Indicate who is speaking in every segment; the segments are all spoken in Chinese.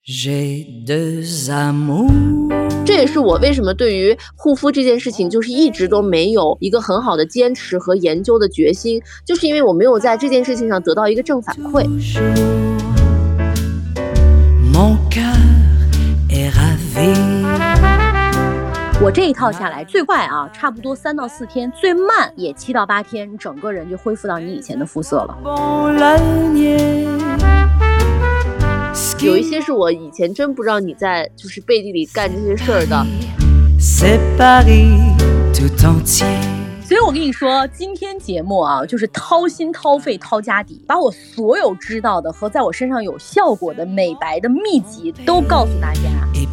Speaker 1: 这也是我为什么对于护肤这件事情就是一直都没有一个很好的坚持和研究的决心，就是因为我没有在这件事情上得到一个正反馈。
Speaker 2: 我这一套下来最快啊，差不多3到4天，最慢也7到8天，整个人就恢复到你以前的肤色了。
Speaker 1: 有一些是我以前真不知道你在就是背地里干这些事儿的。
Speaker 2: 所以我跟你说，今天节目啊，就是掏心掏肺掏家底，把我所有知道的和在我身上有效果的美白的秘籍都告诉大家。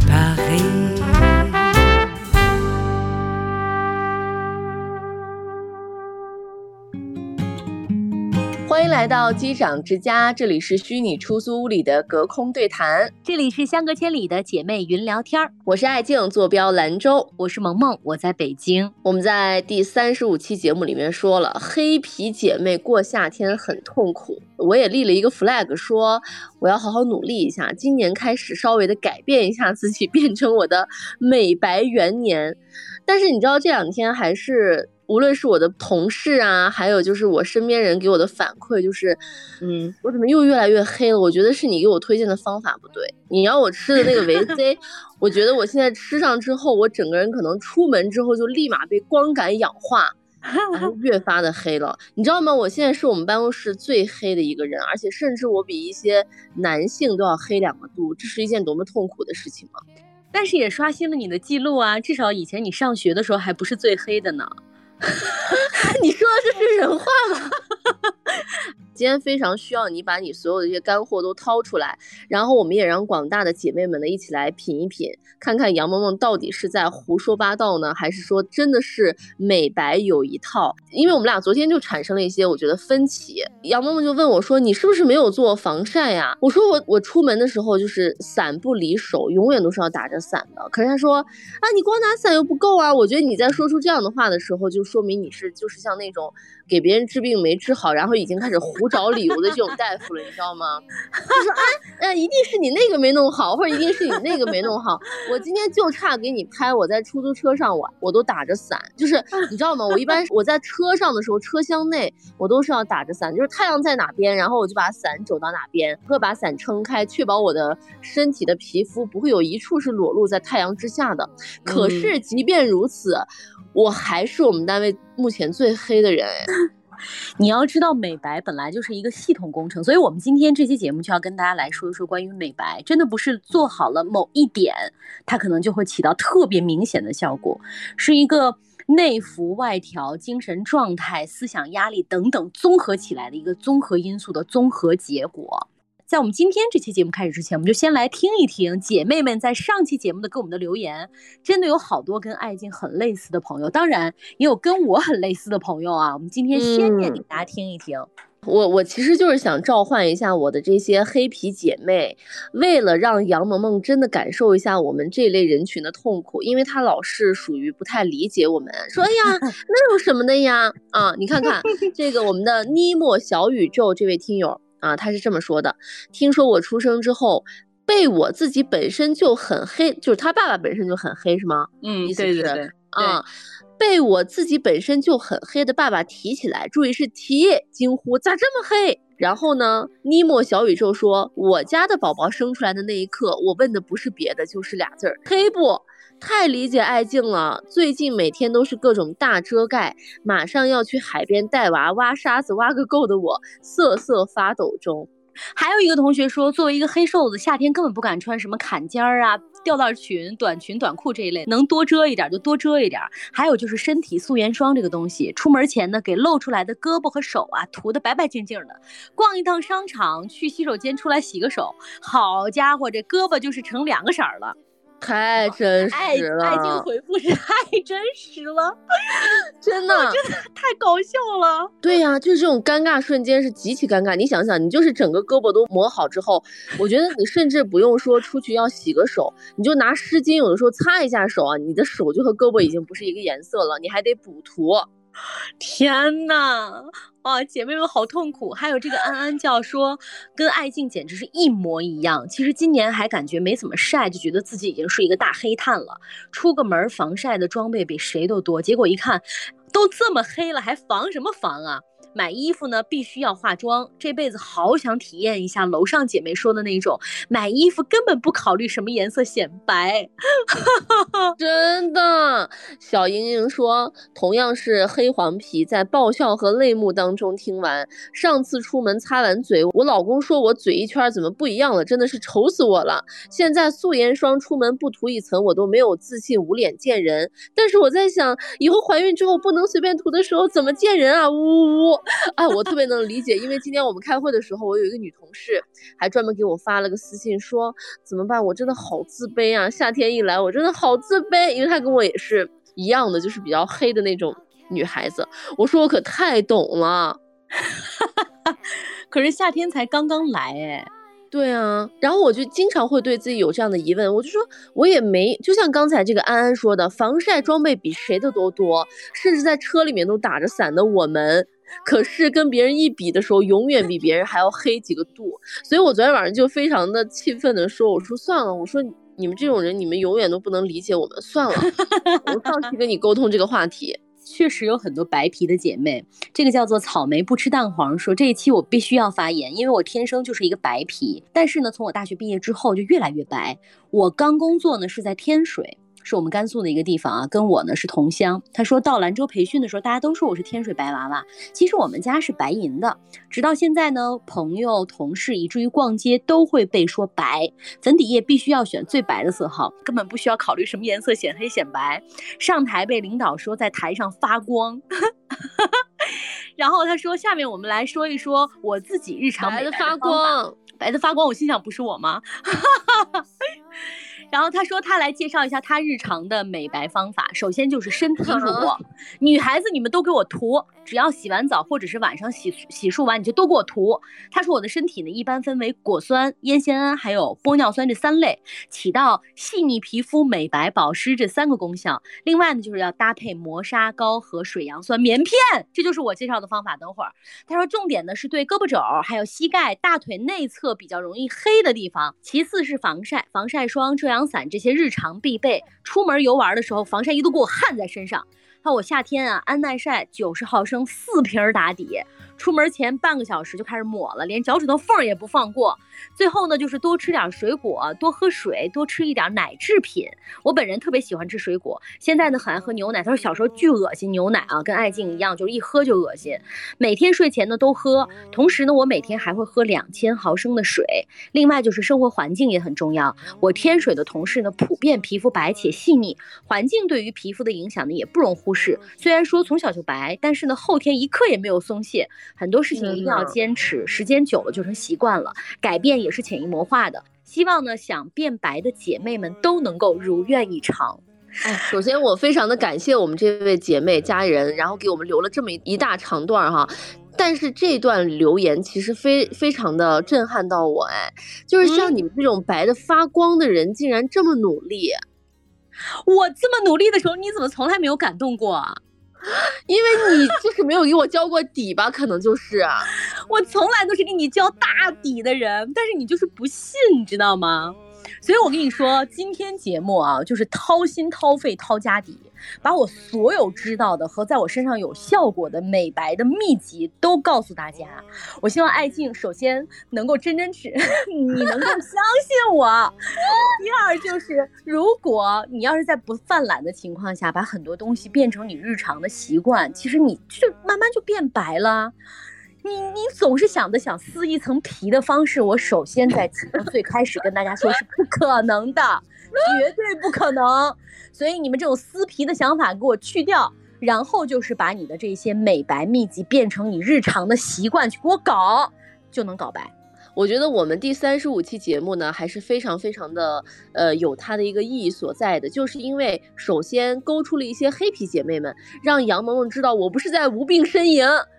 Speaker 1: 欢迎来到机长之家，这里是虚拟出租屋里的隔空对谈，
Speaker 2: 这里是相隔千里的姐妹云聊天。
Speaker 1: 我是爱静，坐标兰州。
Speaker 2: 我是萌萌，我在北京。
Speaker 1: 我们在第35期节目里面说了，黑皮姐妹过夏天很痛苦。我也立了一个 flag， 说我要好好努力一下，今年开始稍微的改变一下自己，变成我的美白元年。但是你知道这2天还是无论是我的同事啊，还有就是我身边人给我的反馈，就是我怎么又越来越黑了？我觉得是你给我推荐的方法不对。你要我吃的那个维 C 我觉得我现在吃上之后，我整个人可能出门之后就立马被光感氧化，然后越发的黑了。你知道吗？我现在是我们办公室最黑的一个人，而且甚至我比一些男性都要黑2个度，这是一件多么痛苦的事情吗？
Speaker 2: 但是也刷新了你的记录啊，至少以前你上学的时候还不是最黑的呢。
Speaker 1: 你说的这是人话吗？今天非常需要你把你所有的这些干货都掏出来，然后我们也让广大的姐妹们呢一起来品一品，看看杨萌萌到底是在胡说八道呢，还是说真的是美白有一套。因为我们俩昨天就产生了一些我觉得分歧，杨萌萌就问我说，你是不是没有做防晒呀？我说我出门的时候就是伞不离手，永远都是要打着伞的。可是他说啊，你光拿伞又不够啊。我觉得你在说出这样的话的时候，就说明你是就是像那种给别人治病没治好，然后已经开始胡找理由的这种大夫了，你知道吗？就说一定是你那个没弄好，或者一定是你那个没弄好。我今天就差给你拍我在出租车上我都打着伞，就是你知道吗？我一般我在车上的时候，车厢内我都是要打着伞，就是太阳在哪边，然后我就把伞走到哪边，会把伞撑开，确保我的身体的皮肤不会有一处是裸露在太阳之下的。可是即便如此，我还是我们单位目前最黑的人。
Speaker 2: 你要知道美白本来就是一个系统工程，所以我们今天这期节目就要跟大家来说一说关于美白，真的不是做好了某一点它可能就会起到特别明显的效果，是一个内服外调、精神状态、思想压力等等综合起来的一个综合因素的综合结果。在我们今天这期节目开始之前，我们就先来听一听姐妹们在上期节目的给我们的留言，真的有好多跟爱静很类似的朋友，当然也有跟我很类似的朋友啊。我们今天先念给大家听一听。
Speaker 1: 我其实就是想召唤一下我的这些黑皮姐妹，为了让杨萌萌真的感受一下我们这类人群的痛苦，因为她老是属于不太理解我们，说哎呀那有什么的呀啊，你看看这个我们的尼莫小宇宙这位听友啊，他是这么说的，听说我出生之后被我自己本身就很黑，就是他爸爸本身就很黑是吗？
Speaker 2: 对对对
Speaker 1: 啊，被我自己本身就很黑的爸爸提起来，注意是提，惊呼咋这么黑？然后呢，尼莫小宇宙说，我家的宝宝生出来的那一刻，我问的不是别的，就是俩字儿，黑不？太理解爱静了，最近每天都是各种大遮盖，马上要去海边带娃挖沙子挖个够的我，瑟瑟发抖中。
Speaker 2: 还有一个同学说，作为一个黑瘦子，夏天根本不敢穿什么坎肩啊、吊带裙、短裙、短裤这一类，能多遮一点就多遮一点。还有就是身体素颜霜这个东西，出门前呢，给露出来的胳膊和手啊涂得白白净净的。逛一趟商场，去洗手间出来洗个手，好家伙，这胳膊就是成2个色了。
Speaker 1: 太真实了，
Speaker 2: 爱静回复是太真实了，
Speaker 1: 真的，
Speaker 2: 真的太搞笑了。
Speaker 1: 对呀，就是这种尴尬瞬间是极其尴尬。你想想，你就是整个胳膊都磨好之后，我觉得你甚至不用说出去要洗个手，你就拿湿巾有的时候擦一下手啊，你的手就和胳膊已经不是一个颜色了，你还得补涂。
Speaker 2: 天哪， 啊，姐妹们好痛苦。还有这个安安叫说，跟爱静简直是一模一样。其实今年还感觉没怎么晒，就觉得自己已经是一个大黑炭了。出个门防晒的装备比谁都多，结果一看，都这么黑了，还防什么防啊？买衣服呢，必须要化妆。这辈子好想体验一下楼上姐妹说的那种，买衣服根本不考虑什么颜色显白。
Speaker 1: 真的，小莹莹说，同样是黑黄皮，在爆笑和泪目当中听完。上次出门擦完嘴，我老公说我嘴一圈怎么不一样了，真的是愁死我了。现在素颜霜出门不涂一层，我都没有自信，无脸见人。但是我在想，以后怀孕之后不能随便涂的时候怎么见人啊？呜呜呜！哎，我特别能理解，因为今天我们开会的时候，我有一个女同事还专门给我发了个私信说，怎么办？我真的好自卑啊！夏天一来，我真的好自卑，因为她跟我也是一样的，就是比较黑的那种女孩子。我说我可太懂了，
Speaker 2: 可是夏天才刚刚来哎。
Speaker 1: 对啊，然后我就经常会对自己有这样的疑问，我就说我也没，就像刚才这个安安说的，防晒装备比谁的都多，甚至在车里面都打着伞的我们，可是跟别人一比的时候，永远比别人还要黑几个度。所以我昨天晚上就非常的气愤的说，我说算了，我说你们这种人，你们永远都不能理解我们，算了，我放弃跟你沟通这个话题。
Speaker 2: 确实有很多白皮的姐妹，这个叫做草莓不吃蛋黄说，这一期我必须要发言，因为我天生就是一个白皮，但是呢，从我大学毕业之后就越来越白。我刚工作呢是在天水，是我们甘肃的一个地方啊，跟我呢是同乡。他说到兰州培训的时候，大家都说我是天水白娃娃，其实我们家是白银的。直到现在呢，朋友、同事以至于逛街都会被说白，粉底液必须要选最白的色号，根本不需要考虑什么颜色显黑显白。上台被领导说在台上发光。然后他说，下面我们来说一说我自己日常美白的
Speaker 1: 发光，
Speaker 2: 白的发光，我心想不是我吗？然后他说他来介绍一下他日常的美白方法，首先就是身体乳，女孩子你们都给我涂，只要洗完澡或者是晚上洗漱完你就都给我涂。他说我的身体呢一般分为果酸、烟酰胺还有玻尿酸这3类，起到细腻皮肤、美白保湿这3个功效。另外呢就是要搭配磨砂膏和水杨酸棉片，这就是我介绍的方法。等会儿他说重点呢是对胳膊肘还有膝盖、大腿内侧比较容易黑的地方，其次是防晒，防晒霜、遮阳伞这些日常必备。出门游玩的时候，防晒衣都给我焊在身上。我夏天啊，安耐晒90毫升4瓶打底，出门前半个小时就开始抹了，连脚趾头缝也不放过。最后呢，就是多吃点水果，多喝水，多吃一点奶制品。我本人特别喜欢吃水果，现在呢很爱喝牛奶。他说小时候巨恶心牛奶啊，跟爱静一样，就是一喝就恶心。每天睡前呢都喝，同时呢我每天还会喝2000毫升的水。另外就是生活环境也很重要，我天水的同事呢普遍皮肤白且细腻，环境对于皮肤的影响呢也不容忽视。虽然说从小就白，但是呢后天一刻也没有松懈，很多事情一定要坚持，时间久了就成习惯了，改变也是潜移默化的。希望呢想变白的姐妹们都能够如愿以偿。
Speaker 1: 首先我非常的感谢我们这位姐妹家人，然后给我们留了这么一大长段哈。但是这段留言其实非常的震撼到我，就是像你们这种白的发光的人竟然这么努力。
Speaker 2: 我这么努力的时候，你怎么从来没有感动过啊？
Speaker 1: 因为你就是没有给我交过底吧，可能就是
Speaker 2: 我从来都是给你交大底的人，但是你就是不信，你知道吗？所以我跟你说，今天节目啊，就是掏心掏肺掏家底，把我所有知道的和在我身上有效果的美白的秘籍都告诉大家。我希望爱静首先能够真实，你能够相信我。第二就是，如果你要是在不犯懒的情况下，把很多东西变成你日常的习惯，其实你就慢慢就变白了。你总是想撕一层皮的方式，我首先在节目最开始跟大家说是不可能的，绝对不可能。所以你们这种撕皮的想法给我去掉，然后就是把你的这些美白秘籍变成你日常的习惯去给我搞，就能搞白。
Speaker 1: 我觉得我们第35期节目呢，还是非常的有它的一个意义所在的，就是因为首先勾出了一些黑皮姐妹们，让杨萌萌知道我不是在无病呻吟，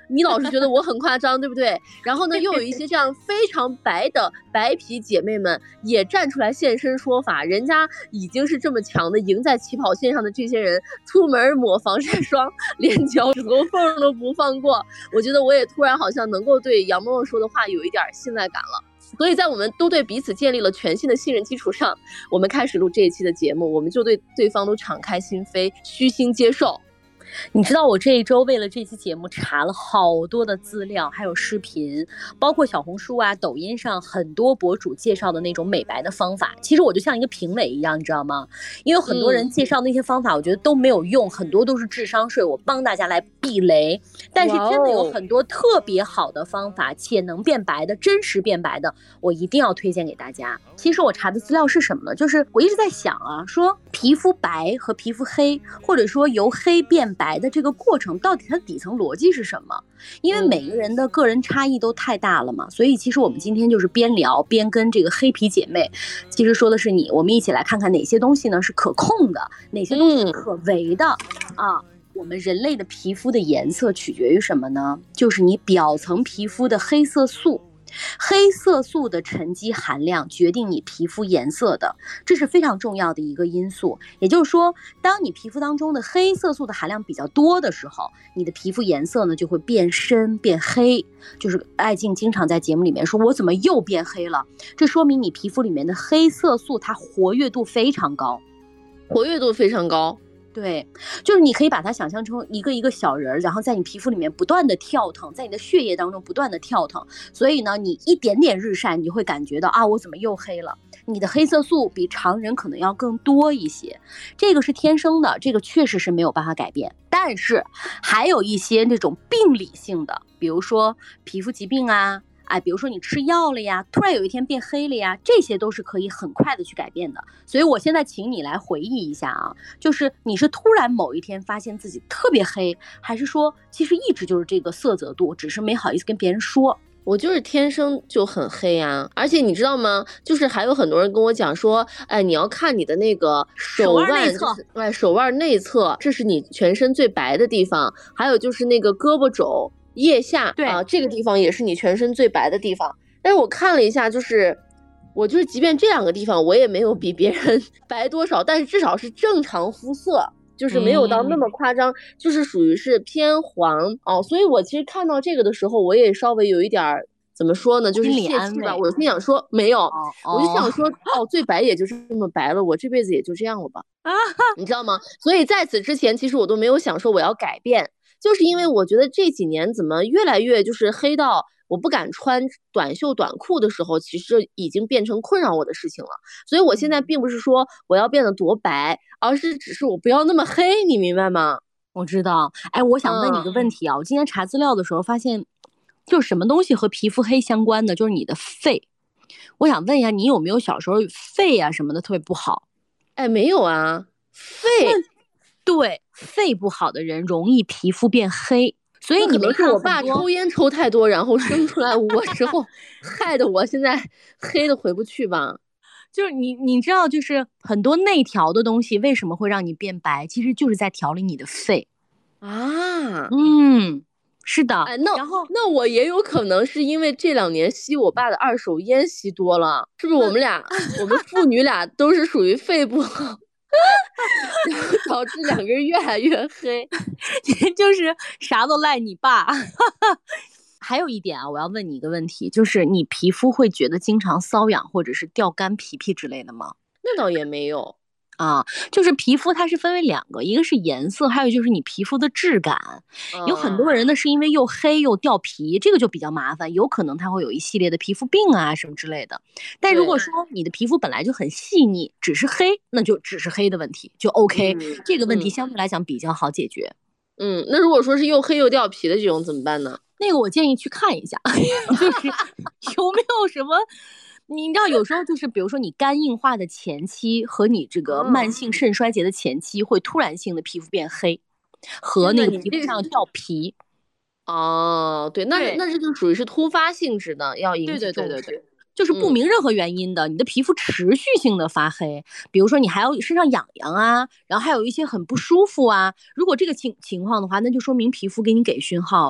Speaker 1: 你老是觉得我很夸张，对不对？然后呢，又有一些这样非常白的白皮姐妹们也站出来现身说法，人家已经是这么强的，赢在起跑线上的这些人，出门抹防晒霜，连脚趾头缝都不放过。我觉得我也突然好像能够对杨梦梦说的话有一点信赖感了。所以在我们都对彼此建立了全新的信任基础上，我们开始录这一期的节目，我们就对对方都敞开心扉，虚心接受。
Speaker 2: 你知道我这一周为了这期节目查了好多的资料，还有视频，包括小红书啊、抖音上很多博主介绍的那种美白的方法。其实我就像一个评委一样，你知道吗？因为很多人介绍那些方法，我觉得都没有用，很多都是智商税，我帮大家来避雷。但是真的有很多特别好的方法，且能变白的、真实变白的，我一定要推荐给大家。其实我查的资料是什么呢？就是我一直在想啊，说皮肤白和皮肤黑，或者说由黑变白的这个过程，到底它的底层逻辑是什么？因为每个人的个人差异都太大了嘛，所以其实我们今天就是边聊边跟这个黑皮姐妹，其实说的是你，我们一起来看看哪些东西呢是可控的，哪些东西是可为的啊。我们人类的皮肤的颜色取决于什么呢？就是你表层皮肤的黑色素。黑色素的沉积含量决定你皮肤颜色的，这是非常重要的一个因素。也就是说，当你皮肤当中的黑色素的含量比较多的时候，你的皮肤颜色呢就会变深变黑。就是艾静经常在节目里面说，我怎么又变黑了？这说明你皮肤里面的黑色素它活跃度非常高，
Speaker 1: 活跃度非常高。
Speaker 2: 对，就是你可以把它想象成一个一个小人，然后在你皮肤里面不断的跳腾，在你的血液当中不断的跳腾，所以呢，你一点点日晒，你就会感觉到啊，我怎么又黑了？你的黑色素比常人可能要更多一些，这个是天生的，这个确实是没有办法改变。但是还有一些那种病理性的，比如说皮肤疾病啊。比如说你吃药了呀，突然有一天变黑了呀，这些都是可以很快的去改变的。所以我现在请你来回忆一下啊，就是你是突然某一天发现自己特别黑，还是说其实一直就是这个色泽度，只是没好意思跟别人说？
Speaker 1: 我就是天生就很黑啊，而且你知道吗？就是还有很多人跟我讲说，你要看你的那个手腕内侧，手腕内侧，这是你全身最白的地方。还有就是那个胳膊肘。腋下啊，这个地方也是你全身最白的地方。但是我看了一下，我即便这两个地方我也没有比别人白多少，但是至少是正常肤色，就是没有到那么夸张，就是属于是偏黄哦。所以我其实看到这个的时候，我也稍微有一点怎么说呢，就是泄气吧。我心想说没有，我就想说最白也就是这么白了，我这辈子也就这样了吧，你知道吗？所以在此之前，其实我都没有想说我要改变。就是因为我觉得这几年怎么越来越就是黑到我不敢穿短袖短裤的时候，其实已经变成困扰我的事情了。所以我现在并不是说我要变得多白，而是只是我不要那么黑，你明白吗？
Speaker 2: 我知道。我想问你个问题啊，我今天查资料的时候发现，就是什么东西和皮肤黑相关的，就是你的肺。我想问一下，你有没有小时候肺啊什么的特别不好？
Speaker 1: 没有啊，肺。
Speaker 2: 对，肺不好的人容易皮肤变黑，所以你没看
Speaker 1: 我爸抽烟抽太多，然后生出来我之后，害得我现在黑的回不去吧。
Speaker 2: 就是你知道，就是很多内调的东西为什么会让你变白，其实就是在调理你的肺
Speaker 1: 啊。
Speaker 2: 是的。
Speaker 1: 那我也有可能是因为这2年吸我爸的2手烟吸多了，是不是我们父女俩都是属于肺不好？然后导致2个人越来越黑，
Speaker 2: 就是啥都赖你爸。还有一点啊，我要问你一个问题，就是你皮肤会觉得经常瘙痒或者是掉干皮皮之类的吗？
Speaker 1: 那倒也没有
Speaker 2: 啊，就是皮肤它是分为2个，一个是颜色，还有就是你皮肤的质感。有很多人呢是因为又黑又掉皮，这个就比较麻烦，有可能他会有一系列的皮肤病啊什么之类的。但如果说你的皮肤本来就很细腻，只是黑，那就只是黑的问题，就 OK，这个问题相对来讲比较好解决。
Speaker 1: 那如果说是又黑又掉皮的这种怎么办呢？
Speaker 2: 那个我建议去看一下，就是有没有什么。你知道有时候就是比如说你肝硬化的前期和你这个慢性肾衰竭的前期会突然性的皮肤变黑，和那个皮肤上掉皮。
Speaker 1: 对，那这就属于是突发性质的，要引起重视。
Speaker 2: 对，就是不明任何原因的，你的皮肤持续性的发黑，比如说你还要身上痒痒啊，然后还有一些很不舒服啊，如果这个情况的话，那就说明皮肤给你给讯号了。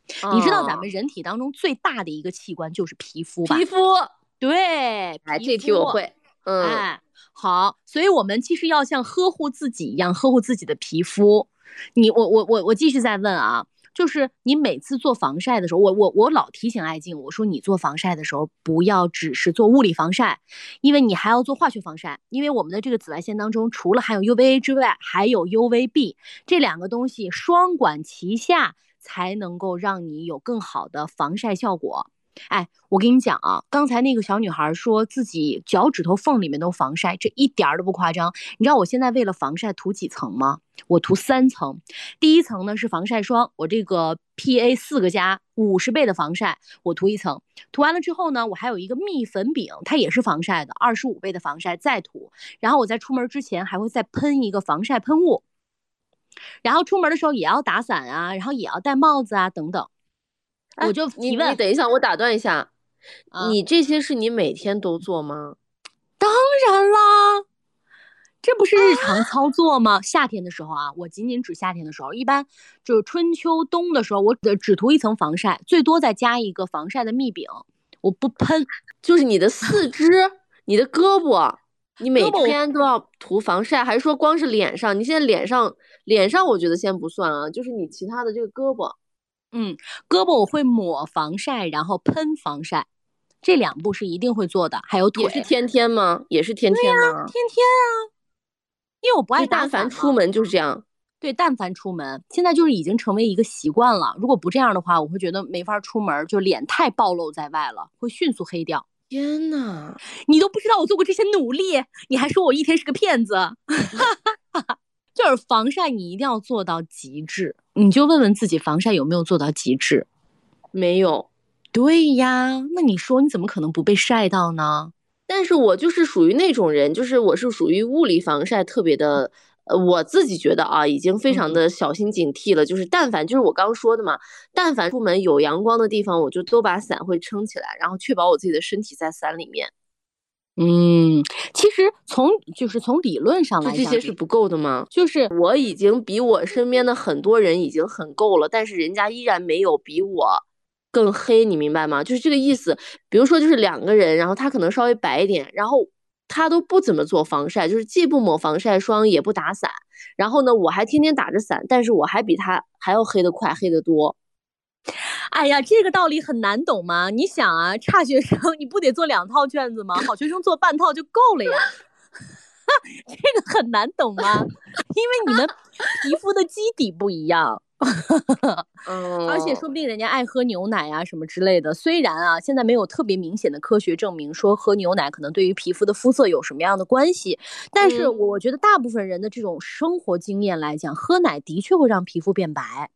Speaker 2: 你知道咱们人体当中最大的一个器官就是皮肤吧？
Speaker 1: 皮肤，
Speaker 2: 对，
Speaker 1: 哎，这题我会。
Speaker 2: 哎，好，所以我们其实要像呵护自己一样呵护自己的皮肤。我继续再问啊，就是你每次做防晒的时候，我老提醒爱静，我说你做防晒的时候不要只是做物理防晒，因为你还要做化学防晒，因为我们的这个紫外线当中除了含有 UVA 之外，还有 UVB 这两个东西双管齐下，才能够让你有更好的防晒效果。哎，我跟你讲啊，刚才那个小女孩说自己脚趾头缝里面都防晒，这一点都不夸张。你知道我现在为了防晒涂几层吗？我涂3层。第一层呢是防晒霜，我这个 PA 4个加50倍的防晒，我涂1层。涂完了之后呢，我还有一个蜜粉饼，它也是防晒的，25倍的防晒再涂。然后我在出门之前还会再喷一个防晒喷雾，然后出门的时候也要打伞啊，然后也要戴帽子啊等等。我就提问，
Speaker 1: 你等一下，我打断一下，你这些是你每天都做吗？
Speaker 2: 当然啦，这不是日常操作吗？夏天的时候啊，我仅仅指夏天的时候，一般就是春秋冬的时候，我只涂1层防晒，最多再加一个防晒的蜜饼，我不喷。
Speaker 1: 就是你的四肢、你的胳膊，你每天都要涂防晒，还是说光是脸上？你现在脸上我觉得先不算啊，就是你其他的这个胳膊。
Speaker 2: 胳膊我会抹防晒，然后喷防晒，这2步是一定会做的。还有腿，
Speaker 1: 也是天天吗？也是天天吗？
Speaker 2: 对呀，天天啊，因为我不爱打伞，
Speaker 1: 但凡出门就是这样。
Speaker 2: 对，但凡出门，现在就是已经成为一个习惯了。如果不这样的话，我会觉得没法出门，就脸太暴露在外了，会迅速黑掉。
Speaker 1: 天哪，
Speaker 2: 你都不知道我做过这些努力，你还说我一天是个骗子。就是防晒你一定要做到极致，你就问问自己防晒有没有做到极致。
Speaker 1: 没有。
Speaker 2: 对呀，那你说你怎么可能不被晒到呢？
Speaker 1: 但是我就是属于那种人，就是我是属于物理防晒特别的，我自己觉得啊，已经非常的小心警惕了。就是但凡就是我刚说的嘛，但凡出门有阳光的地方，我就都把伞会撑起来，然后确保我自己的身体在伞里面。
Speaker 2: 其实从理论上来讲，
Speaker 1: 这些是不够的吗？
Speaker 2: 就是
Speaker 1: 我已经比我身边的很多人已经很够了，但是人家依然没有比我更黑，你明白吗？就是这个意思。比如说就是2个人，然后他可能稍微白一点，然后他都不怎么做防晒，就是既不抹防晒霜也不打伞，然后呢我还天天打着伞，但是我还比他还要黑得快，黑得多。
Speaker 2: 哎呀，这个道理很难懂吗？你想啊，差学生你不得做2套卷子吗？好学生做半套就够了呀。这个很难懂吗？因为你们皮肤的基底不一样。而且说不定人家爱喝牛奶啊什么之类的。虽然啊，现在没有特别明显的科学证明说喝牛奶可能对于皮肤的肤色有什么样的关系，但是我觉得大部分人的这种生活经验来讲，喝奶的确会让皮肤变白。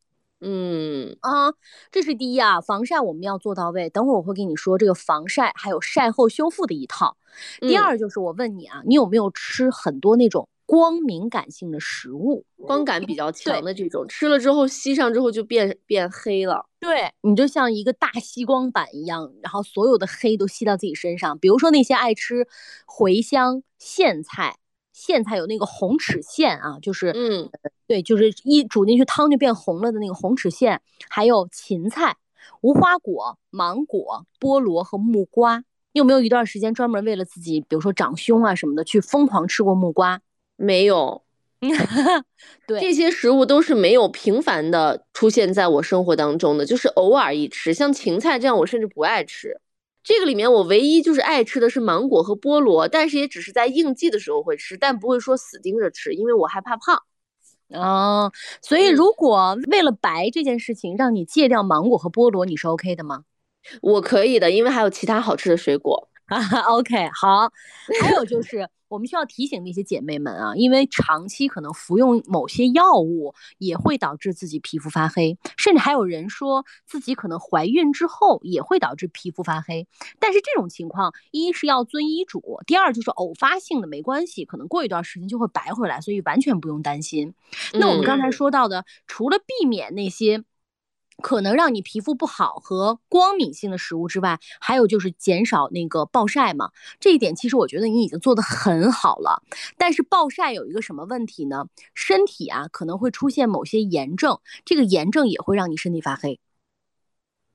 Speaker 2: 这是第一啊，防晒我们要做到位。等会儿我会跟你说这个防晒还有晒后修复的一套。第二就是我问你啊，你有没有吃很多那种光敏感性的食物？
Speaker 1: 光感比较强的这种，吃了之后吸上之后就变黑了。
Speaker 2: 对，你就像一个大吸光板一样，然后所有的黑都吸到自己身上。比如说那些爱吃茴香、苋菜有那个红齿苋啊，就是对，就是一煮进去汤就变红了的那个红齿苋，还有芹菜、无花果、芒果、菠萝和木瓜。你有没有一段时间专门为了自己，比如说长胸啊什么的，去疯狂吃过木瓜？
Speaker 1: 没有。对，这些食物都是没有频繁的出现在我生活当中的，就是偶尔一吃。像芹菜这样我甚至不爱吃。这个里面我唯一就是爱吃的是芒果和菠萝，但是也只是在应季的时候会吃，但不会说死盯着吃，因为我害怕胖。
Speaker 2: 所以如果为了白这件事情让你戒掉芒果和菠萝，你是 OK 的吗？
Speaker 1: 我可以的，因为还有其他好吃的水果。
Speaker 2: OK， 好。还有就是我们需要提醒那些姐妹们啊，因为长期可能服用某些药物也会导致自己皮肤发黑，甚至还有人说自己可能怀孕之后也会导致皮肤发黑。但是这种情况，一是要遵医嘱，第二就是偶发性的没关系，可能过一段时间就会白回来，所以完全不用担心。那我们刚才说到的，除了避免那些可能让你皮肤不好和光敏性的食物之外，还有就是减少那个暴晒嘛。这一点其实我觉得你已经做得很好了。但是暴晒有一个什么问题呢？身体啊可能会出现某些炎症，这个炎症也会让你身体发黑。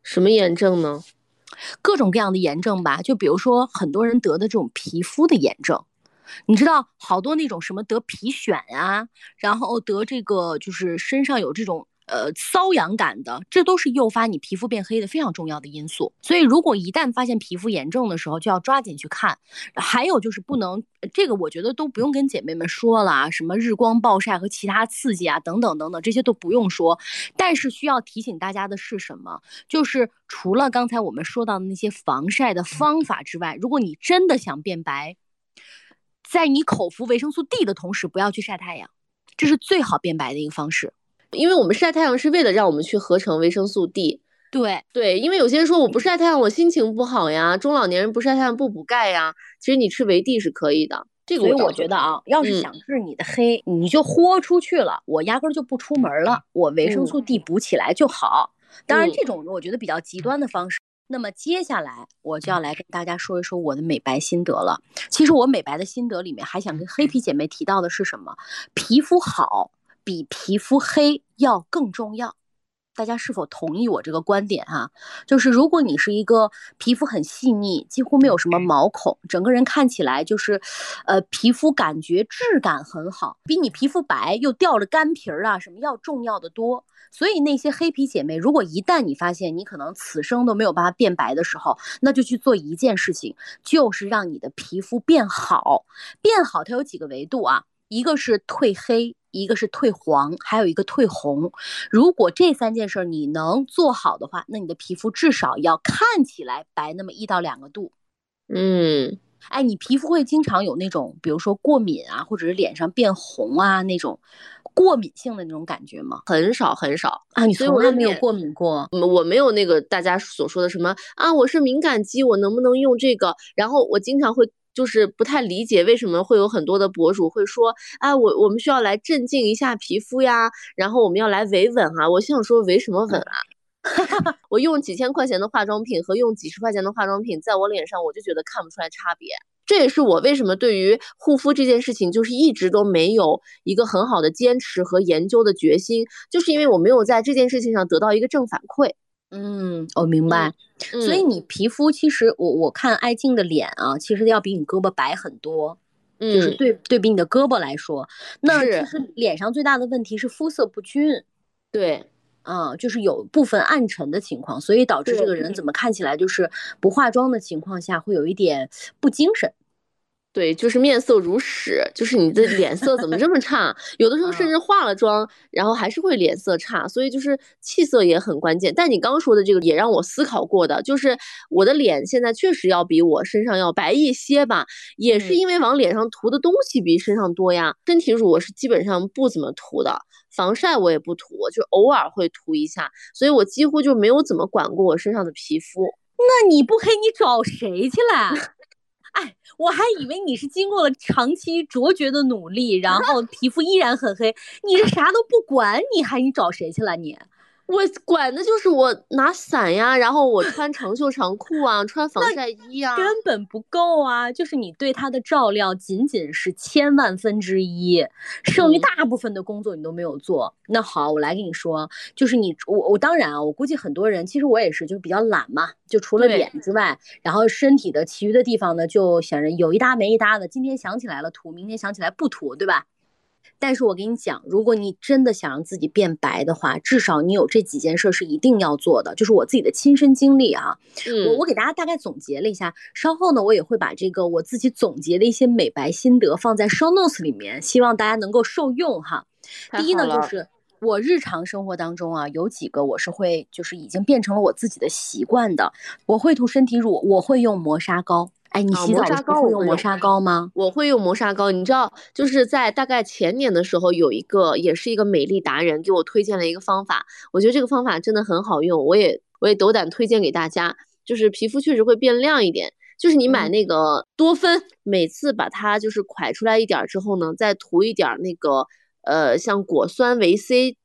Speaker 1: 什么炎症呢？
Speaker 2: 各种各样的炎症吧，就比如说很多人得的这种皮肤的炎症。你知道好多那种什么得皮癣啊，然后得这个就是身上有这种瘙痒感的，这都是诱发你皮肤变黑的非常重要的因素。所以如果一旦发现皮肤炎症的时候，就要抓紧去看。还有就是不能，这个我觉得都不用跟姐妹们说了啊，什么日光暴晒和其他刺激啊，等等等等，这些都不用说。但是需要提醒大家的是什么？就是除了刚才我们说到的那些防晒的方法之外，如果你真的想变白，在你口服维生素 D 的同时，不要去晒太阳，这是最好变白的一个方式。
Speaker 1: 因为我们晒太阳是为了让我们去合成维生素 D。对，因为有些人说我不晒太阳，我心情不好呀，中老年人不晒太阳不补钙呀，其实你吃维 D 是可以的。这个
Speaker 2: 所以我觉得啊，要是想治你的黑，你就豁出去了，我压根就不出门了，我维生素 D 补起来就好。当然，这种我觉得比较极端的方式。那么接下来我就要来跟大家说一说我的美白心得了。其实我美白的心得里面还想跟黑皮姐妹提到的是什么？皮肤好比皮肤黑要更重要。大家是否同意我这个观点啊？就是如果你是一个皮肤很细腻，几乎没有什么毛孔，整个人看起来就是，皮肤感觉质感很好，比你皮肤白又掉了干皮儿啊什么要重要的多。所以那些黑皮姐妹，如果一旦你发现你可能此生都没有办法变白的时候，那就去做一件事情，就是让你的皮肤变好。变好它有几个维度啊，一个是褪黑，一个是褪黄，还有一个褪红。如果这3件事你能做好的话，那你的皮肤至少要看起来白那么1到2个度。哎，你皮肤会经常有那种，比如说过敏啊，或者是脸上变红啊那种过敏性的那种感觉吗？
Speaker 1: 很少很少
Speaker 2: 啊，你从来没有过敏过？
Speaker 1: 我没有那个大家所说的什么啊，我是敏感肌，我能不能用这个？然后我经常会就是不太理解为什么会有很多的博主会说，哎，我们需要来镇静一下皮肤呀，然后我们要来维稳啊。我心想说维什么稳啊？我用几千块钱的化妆品和用几十块钱的化妆品，在我脸上我就觉得看不出来差别。这也是我为什么对于护肤这件事情就是一直都没有一个很好的坚持和研究的决心，就是因为我没有在这件事情上得到一个正反馈。
Speaker 2: 我明白。所以你皮肤其实我看艾静的脸啊，其实要比你胳膊白很多。就是对比你的胳膊来说，那其实脸上最大的问题是肤色不均。
Speaker 1: 对。
Speaker 2: 就是有部分暗沉的情况，所以导致这个人怎么看起来就是不化妆的情况下会有一点不精神。
Speaker 1: 对，就是面色如屎，就是你的脸色怎么这么差？有的时候甚至化了妆，然后还是会脸色差，所以就是气色也很关键。但你刚说的这个也让我思考过的，就是我的脸现在确实要比我身上要白一些吧，也是因为往脸上涂的东西比身上多呀。身体乳我是基本上不怎么涂的，防晒我也不涂，就偶尔会涂一下，所以我几乎就没有怎么管过我身上的皮肤。
Speaker 2: 那你不黑你找谁去了？哎，我还以为你是经过了长期卓绝的努力，然后皮肤依然很黑。你这啥都不管，你找谁去了你？
Speaker 1: 我管的就是我拿伞呀，然后我穿长袖长裤啊，穿防晒衣啊，
Speaker 2: 根本不够啊！就是你对它的照料仅仅是千万分之一，剩余大部分的工作你都没有做。那好，我来跟你说，就是我当然啊，我估计很多人，其实我也是，就是比较懒嘛，就除了脸之外，然后身体的其余的地方呢，就想着有一搭没一搭的，今天想起来了涂，明天想起来不涂，对吧？但是我跟你讲，如果你真的想让自己变白的话，至少你有这几件事是一定要做的，就是我自己的亲身经历啊。我给大家大概总结了一下，稍后呢我也会把这个我自己总结的一些美白心得放在 show notes 里面，希望大家能够受用哈。第一呢，就是我日常生活当中啊，有几个我是会就是已经变成了我自己的习惯的，我会涂身体乳，我会用磨砂膏。哎，你洗澡的时候会用磨砂膏吗？
Speaker 1: 我会用磨砂膏。你知道，就是在大概前年的时候，有一个也是一个美丽达人给我推荐了一个方法，我觉得这个方法真的很好用，我也斗胆推荐给大家。就是皮肤确实会变亮一点，就是你买那个多芬，每次把它就是蒯出来一点之后呢，再涂一点那个像果酸维 C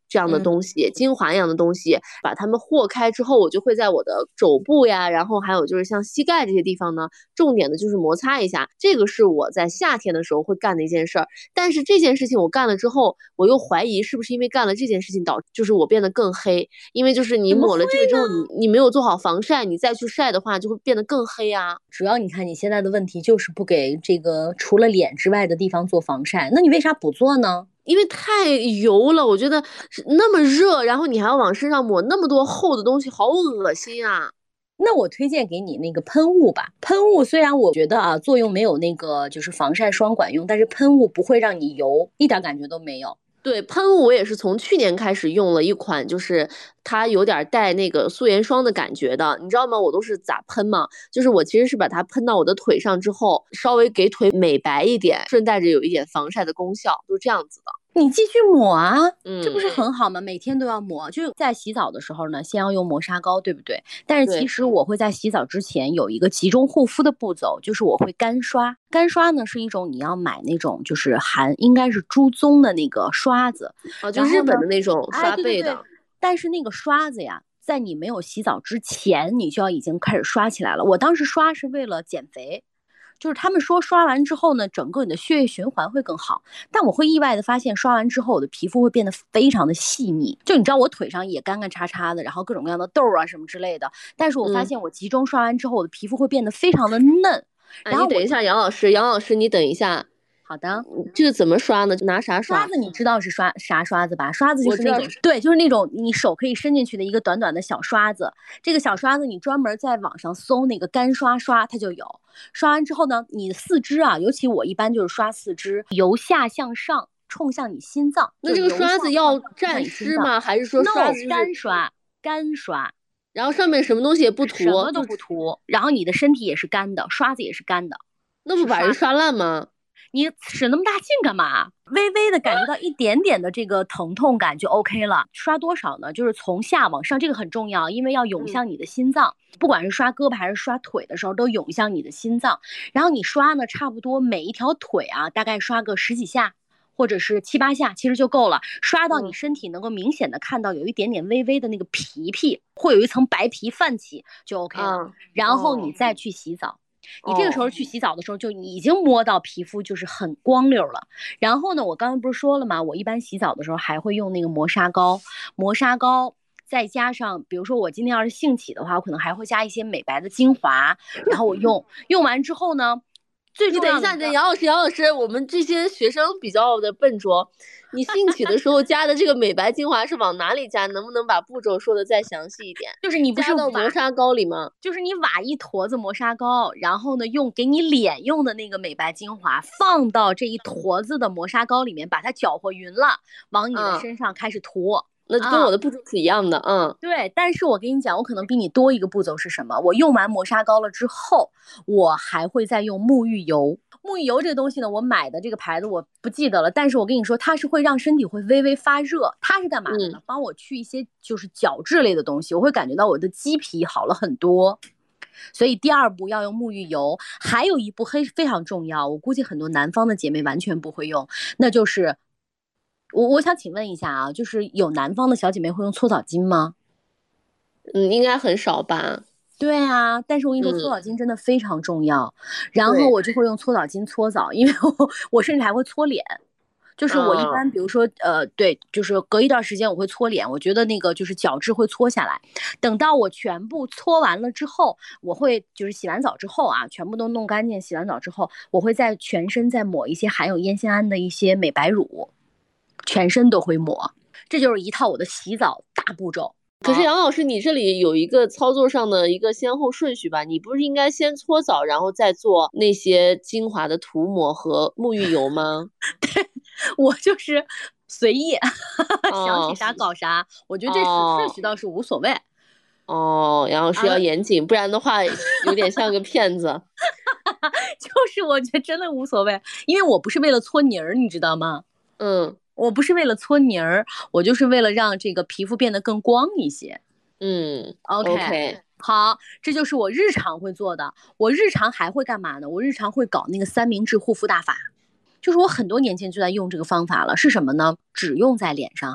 Speaker 1: 这样的东西，精华一样的东西，把它们和开之后，我就会在我的肘部呀，然后还有就是像膝盖这些地方呢，重点的就是摩擦一下。这个是我在夏天的时候会干的一件事儿。但是这件事情我干了之后，我又怀疑是不是因为干了这件事情导致就是我变得更黑，因为就是你抹了这个之后，你没有做好防晒，你再去晒的话就会变得更黑啊。
Speaker 2: 主要你看你现在的问题就是不给这个除了脸之外的地方做防晒，那你为啥不做呢？
Speaker 1: 因为太油了，我觉得那么热，然后你还要往身上抹那么多厚的东西，好恶心啊。
Speaker 2: 那我推荐给你那个喷雾吧。喷雾虽然我觉得啊作用没有那个就是防晒霜管用，但是喷雾不会让你油，一点感觉都没有。
Speaker 1: 对，喷雾我也是从去年开始用了一款，就是它有点带那个素颜霜的感觉的，你知道吗？我都是咋喷嘛？就是我其实是把它喷到我的腿上之后，稍微给腿美白一点，顺带着有一点防晒的功效，就是这样子的。
Speaker 2: 你继续抹啊，这不是很好吗？每天都要抹。就在洗澡的时候呢，先要用磨砂膏，对不对？但是其实我会在洗澡之前有一个集中护肤的步骤，就是我会干刷。干刷呢是一种你要买那种就是应该是猪鬃的那个刷子，
Speaker 1: 就日本的那种刷背的。
Speaker 2: 对，但是那个刷子呀，在你没有洗澡之前，你就要已经开始刷起来了。我当时刷是为了减肥。就是他们说刷完之后呢，整个你的血液循环会更好，但我会意外的发现，刷完之后我的皮肤会变得非常的细腻。就你知道我腿上也干干叉叉的，然后各种各样的痘啊什么之类的，但是我发现我集中刷完之后，我的皮肤会变得非常的嫩。然后
Speaker 1: 你等一下，杨老师，你等一下。
Speaker 2: 好的，
Speaker 1: 这个怎么刷呢？拿啥刷？
Speaker 2: 刷子你知道是啥刷子吧？刷子就是那种，对，就是那种你手可以伸进去的一个短短的小刷子。这个小刷子你专门在网上搜那个干刷，它就有。刷完之后呢，你四肢啊，尤其我一般就是刷四肢，由下向上冲向你心脏。
Speaker 1: 那这个刷子要沾湿吗？还是说刷子
Speaker 2: 干刷？干刷，
Speaker 1: 然后上面什么东西也不涂，
Speaker 2: 什么都不涂，然后你的身体也是干的，刷子也是干的，
Speaker 1: 那不把人刷烂吗？
Speaker 2: 你使那么大劲干嘛？微微的感觉到一点点的这个疼痛感就 OK 了。刷多少呢？就是从下往上，这个很重要，因为要涌向你的心脏。不管是刷胳膊还是刷腿的时候，都涌向你的心脏。然后你刷呢，差不多每一条腿啊，大概刷个10几下，或者是7、8下，其实就够了。刷到你身体能够明显的看到有一点点微微的那个皮皮，会有一层白皮泛起，就 OK 了。然后你再去洗澡。你这个时候去洗澡的时候，就已经摸到皮肤就是很光溜了。然后呢，我刚刚不是说了吗？我一般洗澡的时候还会用那个磨砂膏，再加上，比如说我今天要是兴起的话，我可能还会加一些美白的精华，然后我用完之后呢，最重要的，
Speaker 1: 你等一下，杨老师，我们这些学生比较的笨拙。你兴起的时候加的这个美白精华是往哪里加？能不能把步骤说的再详细一点？
Speaker 2: 就是你不是
Speaker 1: 加到磨砂膏里吗？
Speaker 2: 就是你挖一坨子磨砂膏，然后呢用给你脸用的那个美白精华放到这一坨子的磨砂膏里面，把它搅和匀了，往你的身上开始涂。
Speaker 1: 那就跟我的步骤是一样的。
Speaker 2: 对，但是我跟你讲，我可能比你多一个步骤是什么？我用完磨砂膏了之后，我还会再用沐浴油。沐浴油这个东西呢，我买的这个牌子我不记得了，但是我跟你说，它是会让身体会微微发热。它是干嘛的呢？帮我去一些就是角质类的东西，我会感觉到我的鸡皮好了很多。所以第2步要用沐浴油，还有一步非常重要，我估计很多南方的姐妹完全不会用，那就是我想请问一下啊，就是有南方的小姐妹会用搓澡巾吗？
Speaker 1: 应该很少吧。
Speaker 2: 对啊，但是我跟你说，搓澡巾真的非常重要。然后我就会用搓澡巾搓澡，因为我甚至还会搓脸。就是我一般，比如说，对，就是隔一段时间我会搓脸，我觉得那个就是角质会搓下来。等到我全部搓完了之后，我会就是洗完澡之后啊，全部都弄干净，洗完澡之后，我会在全身再抹一些含有烟酰胺的一些美白乳，全身都会抹。这就是一套我的洗澡大步骤。
Speaker 1: 可是杨老师，你这里有一个操作上的一个先后顺序吧？你不是应该先搓澡，然后再做那些精华的涂抹和沐浴油吗？
Speaker 2: 对，我就是随意，想起啥搞啥。我觉得这顺序倒是无所谓。
Speaker 1: 杨老师要严谨，不然的话有点像个骗子。
Speaker 2: 就是我觉得真的无所谓，因为我不是为了搓泥儿，你知道吗？我不是为了搓泥儿，我就是为了让这个皮肤变得更光一些。OK， 好，这就是我日常会做的。我日常还会干嘛呢？我日常会搞那个3明治护肤大法，就是我很多年前就在用这个方法了。是什么呢？只用在脸上哈。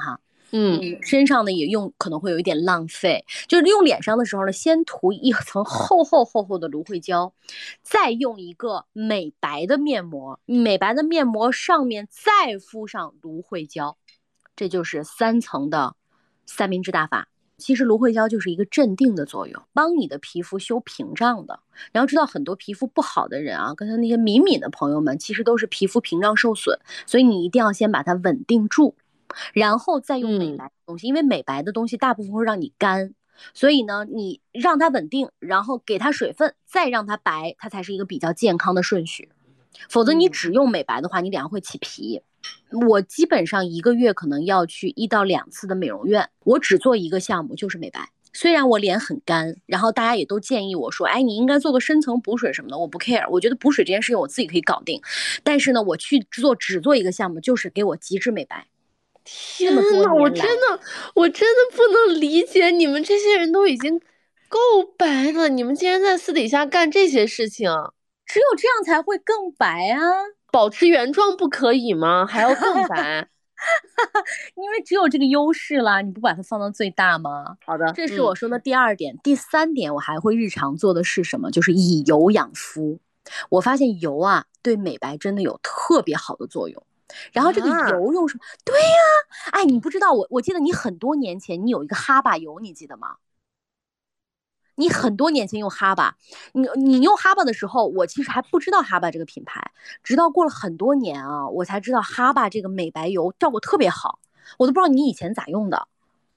Speaker 2: 身上呢也用可能会有一点浪费，就是用脸上的时候呢，先涂一层厚的芦荟胶，再用一个美白的面膜，美白的面膜上面再敷上芦荟胶，这就是3层的三明治大法。其实芦荟胶就是一个镇定的作用，帮你的皮肤修屏障的。然后知道很多皮肤不好的人啊，跟他那些敏的朋友们，其实都是皮肤屏障受损，所以你一定要先把它稳定住，然后再用美白的东西，因为美白的东西大部分会让你干，所以呢，你让它稳定，然后给它水分，再让它白，它才是一个比较健康的顺序。否则你只用美白的话，你脸上会起皮。我基本上1个月可能要去1到2次的美容院，我只做一个项目，就是美白。虽然我脸很干，然后大家也都建议我说，哎，你应该做个深层补水什么的，我不 care， 我觉得补水这件事情我自己可以搞定。但是呢，我去只做一个项目，就是给我极致美白。
Speaker 1: 天呐，我真的不能理解，你们这些人都已经够白了，你们竟然在私底下干这些事情。
Speaker 2: 只有这样才会更白啊！
Speaker 1: 保持原状不可以吗？还要更白？
Speaker 2: 因为只有这个优势啦，你不把它放到最大吗？
Speaker 1: 好的，
Speaker 2: 这是我说的第2点。第3点，我还会日常做的是什么？就是以油养肤。我发现油啊，对美白真的有特别好的作用。然后这个油用什么？对呀，哎，你不知道我记得你很多年前你有一个哈巴油，你记得吗？你很多年前用哈巴，你用哈巴的时候，我其实还不知道哈巴这个品牌，直到过了很多年啊，我才知道哈巴这个美白油效果特别好，我都不知道你以前咋用的。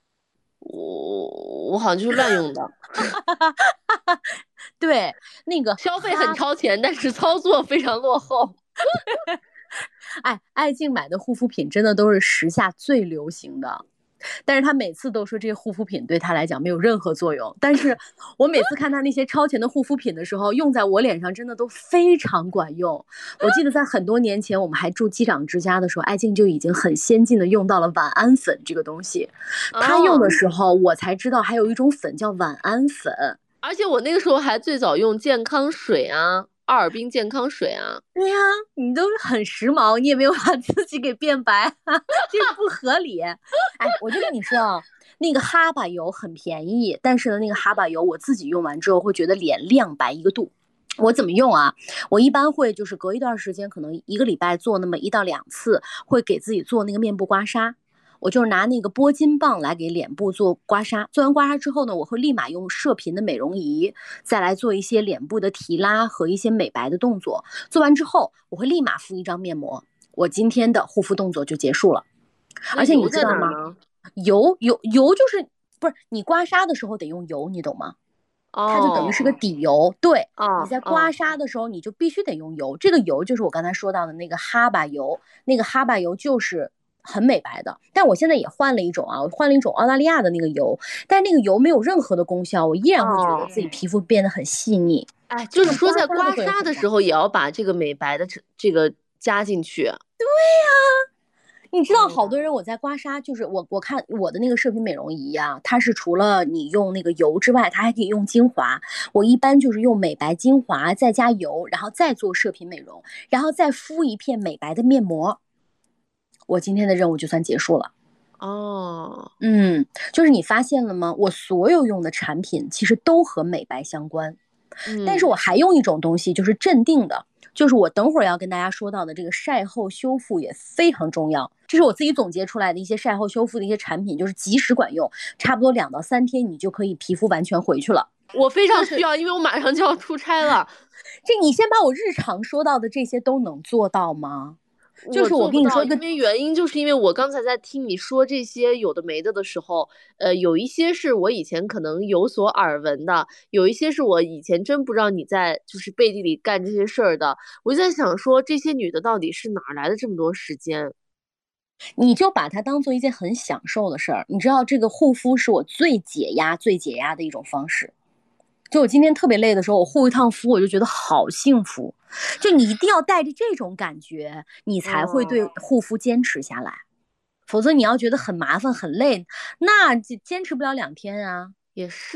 Speaker 1: 我好像就是乱用的。
Speaker 2: 对，那个
Speaker 1: 消费很超前，但是操作非常落后。
Speaker 2: 哎，爱静买的护肤品真的都是时下最流行的。但是他每次都说这些护肤品对他来讲没有任何作用，但是我每次看他那些超前的护肤品的时候，用在我脸上真的都非常管用。我记得在很多年前我们还住机长之家的时候，爱静就已经很先进的用到了晚安粉这个东西。他用的时候我才知道还有一种粉叫晚安粉，
Speaker 1: 而且我那个时候还最早用健康水啊，奥尔滨健康水啊。
Speaker 2: 对呀，你都很时髦，你也没有把自己给变白，这不合理。哎，我就跟你说啊，那个哈巴油很便宜，但是呢，那个哈巴油我自己用完之后会觉得脸亮白1个度。我怎么用啊？我一般会就是隔一段时间，可能1个礼拜做那么1到2次，会给自己做那个面部刮痧。我就是拿那个拨筋棒来给脸部做刮痧，做完刮痧之后呢，我会立马用射频的美容仪再来做一些脸部的提拉和一些美白的动作。做完之后，我会立马敷一张面膜，我今天的护肤动作就结束了。而且你知道吗？油就是不是你刮痧的时候得用油，你懂吗？它就等于是个底油。对，你在刮痧的时候你就必须得用油。这个油就是我刚才说到的那个哈巴油，那个哈巴油就是很美白的。但我现在也换了一种啊，我换了一种澳大利亚的那个油，但那个油没有任何的功效，我依然会觉得自己皮肤变得很细腻。
Speaker 1: 哎，就是说在刮痧的时候也要把这个美白的这个加进去。对
Speaker 2: 呀。你知道好多人我在刮痧，就是我看我的那个射频美容仪啊，它是除了你用那个油之外，它还可以用精华。我一般就是用美白精华，再加油，然后再做射频美容，然后再敷一片美白的面膜。我今天的任务就算结束了。就是你发现了吗？我所有用的产品其实都和美白相关。但是我还用一种东西，就是镇定的，就是我等会儿要跟大家说到的这个晒后修复也非常重要。这是我自己总结出来的一些晒后修复的一些产品，就是及时管用，差不多2到3天你就可以皮肤完全回去了。
Speaker 1: 我非常需要，因为我马上就要出差了。
Speaker 2: 这你先把我日常说到的这些都能做到吗？就是我跟你说，
Speaker 1: 因为原因就是因为我刚才在听你说这些有的没的的时候，有一些是我以前可能有所耳闻的，有一些是我以前真不知道你在就是背地里干这些事儿的。我就在想说，这些女的到底是哪来的这么多时间？
Speaker 2: 你就把它当做一件很享受的事儿。你知道，这个护肤是我最解压的一种方式。就我今天特别累的时候，我护一趟肤，我就觉得好幸福。就你一定要带着这种感觉，你才会对护肤坚持下来。否则你要觉得很麻烦很累，那坚持不了2天啊。
Speaker 1: 也是，